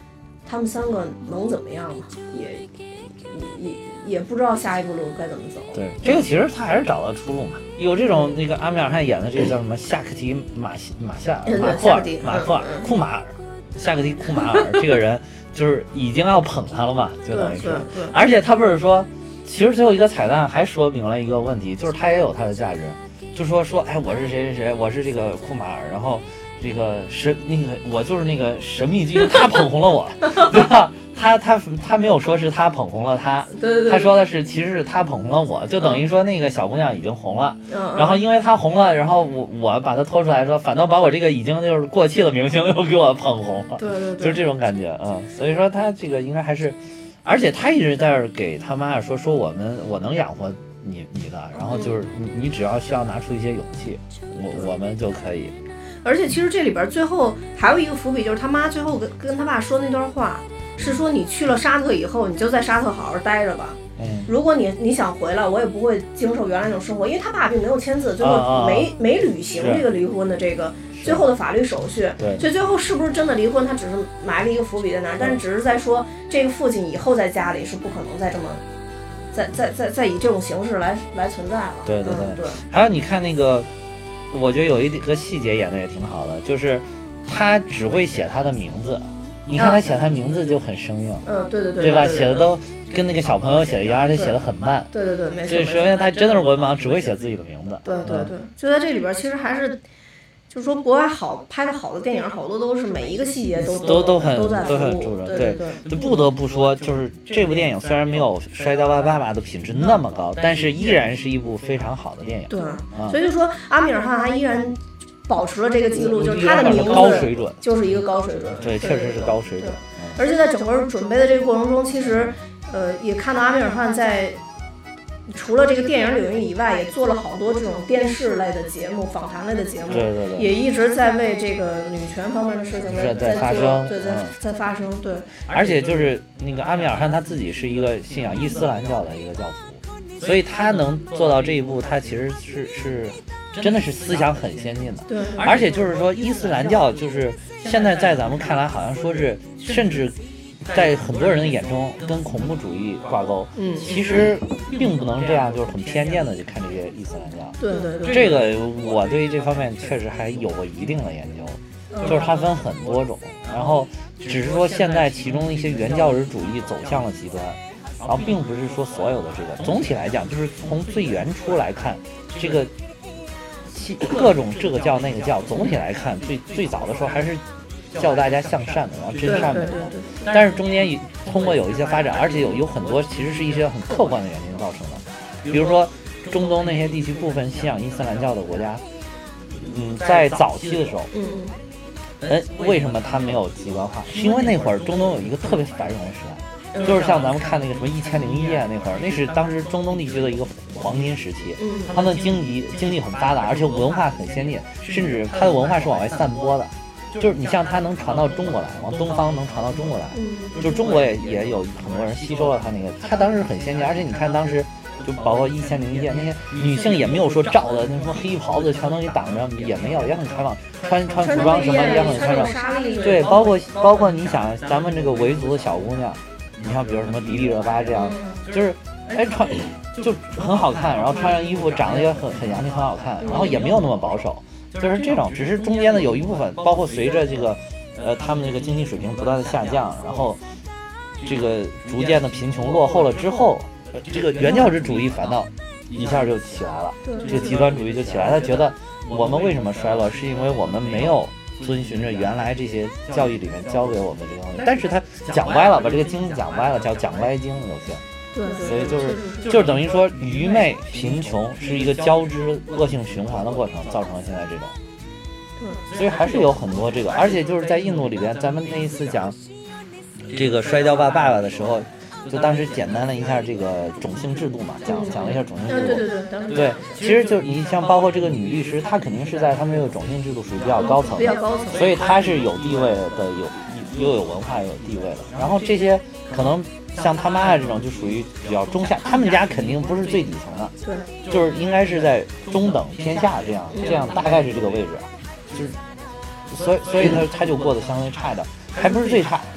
他们三个能怎么样呢？也也也不知道下一步路该怎么走。 对，这个其实他还是找到出路嘛。有这种那个阿米尔汗演的这个叫什么夏克提马马夏马库尔马库尔库马尔夏克提库马尔这个人，就是已经要捧他了嘛，就等于是。而且他不是说，其实最后一个彩蛋还说明了一个问题，就是他也有他的价值，就说说哎我是谁谁谁，我是这个库马尔，然后这个神那个我就是那个神秘精英，他捧红了我，对吧？他他他没有说是他捧红了他， 对对对， 他说的是其实是他捧红了我，就等于说那个小姑娘已经红了， 嗯、 然后因为她红了，然后我我把她拖出来说，反倒把我这个已经就是过气的明星又给我捧红了， 对对对， 就是这种感觉，嗯，所以说他这个应该还是，而且他一直在这儿给他妈说说我们我能养活你你的，然后就是你你只要需要拿出一些勇气，我我们就可以。 而且其实这里边最后还有一个伏笔，就是他妈最后跟跟他爸说那段话。是说你去了沙特以后，你就在沙特好好待着吧。 嗯， 如果你你想回来，我也不会经受原来那种生活，因为他爸并没有签字，最后没、啊、没履行这个离婚的这个最后的法律手续。 对， 所以最后是不是真的离婚，他只是埋了一个伏笔在那儿，但是只是在说这个父亲以后在家里是不可能再这么，再再再再以这种形式来来存在了。 对对对、 嗯、对。 还有你看那个，我觉得有一个细节演的也挺好的，就是他只会写他的名字。你看他写他名字就很生硬， 嗯，对对对， 对吧？写的都跟那个小朋友写的一样，而且写的很慢。 对对对，没错。 这首先他真的是文盲，只会写自己的名字。 对对对，就在这里边，其实还是，就是说国外好拍的好的电影，好多都是每一个细节都都都很都在都很注重。 对对， 就不得不说，就是这部电影虽然没有《摔跤吧，爸爸》的品质那么高，但是依然是一部非常好的电影。 对，所以就说阿米尔汗他依然保持了这个记录，就是他的名字高水准， 就是一个高水准。 对，确实是高水准。 而且在整个准备的这个过程中，其实，呃，也看到阿米尔汗在除了这个电影领域以外，也做了好多这种电视类的节目、访谈类的节目， 对对对， 也一直在为这个女权方面的事情在在发生， 对，在、嗯、在发生，对。 而且就是那个阿米尔汗他自己是一个信仰伊斯兰教的一个教徒，所以他能做到这一步，他其实是是真的是思想很先进的。 对， 而且就是说伊斯兰教就是现在在咱们看来好像说是甚至。在很多人的眼中跟恐怖主义挂钩， 嗯， 其实并不能这样，就是很偏见的去看这些伊斯兰教。 对对对， 这个我对这方面确实还有过一定的研究，就是它分很多种，然后只是说现在其中一些原教旨主义走向了极端，然后并不是说所有的这个，总体来讲就是从最原初来看，这个各种这个教那个教，总体来看最最早的时候还是。教大家向善的，然后真善美的，但是中间通过有一些发展，而且有有很多其实是一些很客观的原因造成的，比如说中东那些地区部分信仰伊斯兰教的国家，嗯，在早期的时候，嗯，为什么它没有极端化？是因为那会儿中东有一个特别繁荣的时代，就是像咱们看那个什么《一千零一夜》那会儿，那是当时中东地区的一个黄金时期，他们经济经济很发达，而且文化很先进，甚至它的文化是往外散播的。就是你像它能传到中国来，往东方能传到中国来，就中国也也有很多人吸收了它那个，它当时很先进，而且你看当时就包括一千零一夜那些女性也没有说罩的那什么黑衣袍子全都给挡着，也没有，也很开放，穿穿服装什么也很开放，对，包括包括你想咱们这个维族的小姑娘，你像比如什么迪丽热巴这样，就是哎穿就很好看，然后穿上衣服长得也很很洋气，很好看，然后也没有那么保守。就是这种，只是中间的有一部分，包括随着这个，呃，他们这个经济水平不断的下降，然后这个逐渐的贫穷落后了之后，这个原教旨主义反倒一下就起来了，这个极端主义就起来了。他觉得我们为什么衰落，是因为我们没有遵循着原来这些教育里面教给我们这个东西，但是他讲歪了，把这个经讲歪了，叫讲歪经有些。 对，对， 所以就是就是等于说愚昧贫穷是一个交织恶性循环的过程，造成了现在这种。 对， 所以还是有很多这个，而且就是在印度里边，咱们那一次讲这个摔跤吧爸爸的时候，就当时简单了一下这个种姓制度嘛，讲讲了一下种姓制度。 对对对对，其实就你像包括这个女律师，她肯定是在他们这个种姓制度属于比较高层， 比较高层， 所以她是有地位的，有又有文化又有地位的。然后这些可能。像他妈这种就属于比较中下，他们家肯定不是最底层的， 对， 就是应该是在中等偏下这样，这样大概是这个位置，就是，所以所以他他就过得相对差一点，还不是最差，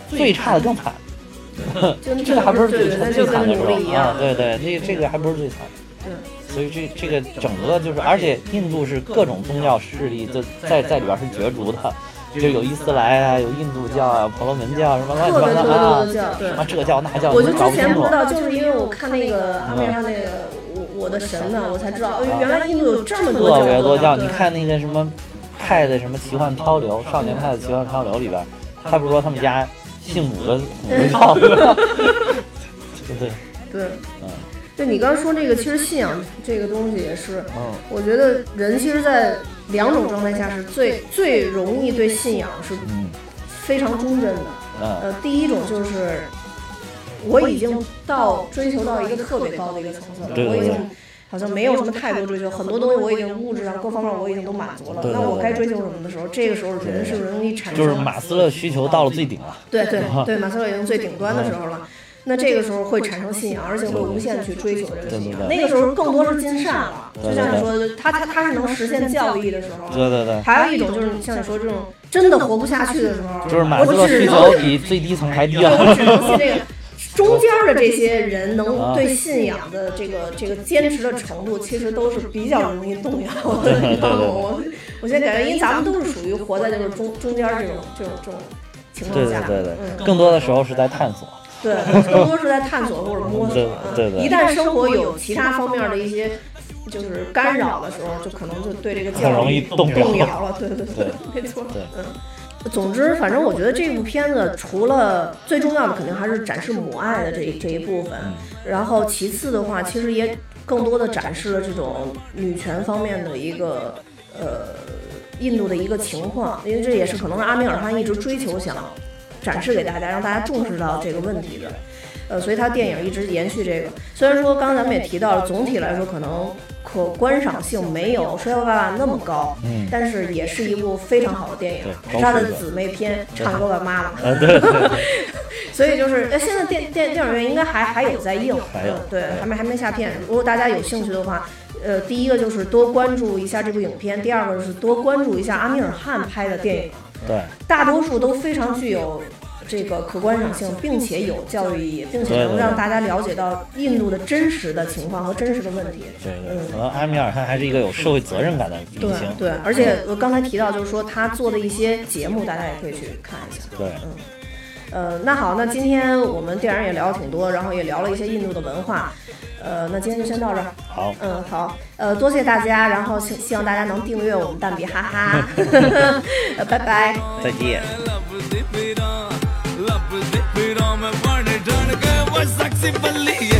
最差的更惨。这个还不是最最惨的时候啊，对对，这这个还不是最惨。对，所以这这个整个就是，而且印度是各种宗教势力就在在里边是角逐的，就有伊斯兰啊，有印度教啊，婆罗门教什么乱七八糟啊，什么这教那教， 我就之前不知道，就是因为我看那个阿米尔汗那个我我的神呢，我才知道，原来印度有这么多教。 特别多教，你看那个什么派的什么奇幻漂流，少年派的奇幻漂流里边，他不是说他们家姓母的母教，对对对，嗯。对你刚刚说这个，其实信仰这个东西也是，嗯，我觉得人其实，在两种状态下是最最容易对信仰是非常忠贞的。嗯，呃，第一种就是我已经到追求到一个特别高的一个层次了，我已经好像没有什么太多追求，很多东西我已经物质上各方面我已经都满足了。那我该追求什么的时候，这个时候人是容易产生， 就是马斯勒需求到了最顶了。 对对对，马斯勒已经最顶端的时候了。那这个时候会产生信仰，而且会无限去追求这个信仰。那个时候更多是尽善了，就像你说的，他他他是能实现教义的时候。 对对对。 还有一种就是像你说这种真的活不下去的时候， 就是马斯勒需求比最低层还低了。 我只能信这个中间的这些人能对信仰的这个这个坚持的程度，其实都是比较容易动摇的。 对对对。 我我现在感觉，因为咱们都是属于活在这个中中间这种这种这种情况下。 对对对对。更多的时候是在探索。 对，更多是在探索或者摸索。 对对。 一旦生活有其他方面的一些就是干扰的时候，就可能就对这个教育动摇了。对对对，没错。对，嗯。总之，反正我觉得这部片子除了最重要的，肯定还是展示母爱的这这一部分。然后其次的话，其实也更多的展示了这种女权方面的一个呃印度的一个情况，因为这也是可能是阿米尔汗一直追求想展示给大家，让大家重视到这个问题的，呃，所以他电影一直延续这个。虽然说刚刚咱们也提到了，总体来说可能可观赏性没有《摔跤吧爸爸》那么高，嗯，但是也是一部非常好的电影，是他的姊妹篇《唱歌吧妈妈》。 啊，对对。 所以就是，呃，现在电电电影院应该还还有在映， 还有， 对，还没还没下片。如果大家有兴趣的话，呃，第一个就是多关注一下这部影片，第二个是多关注一下阿米尔汗拍的电影。 对， 大多数都非常具有这个可观赏性，并且有教育意义，并且能让大家了解到印度的真实的情况和真实的问题。 对对，可能阿米尔汗还是一个有社会责任感的明星。 对对，而且我刚才提到，就是说他做的一些节目，大家也可以去看一下。 对， 嗯。呃，那好，那今天我们电影也聊了挺多，然后也聊了一些印度的文化，呃，那今天就先到这儿。 好， 嗯，好，呃，多谢大家，然后希希望大家能订阅我们蛋比哈哈，呃，拜拜， 再见。 sexy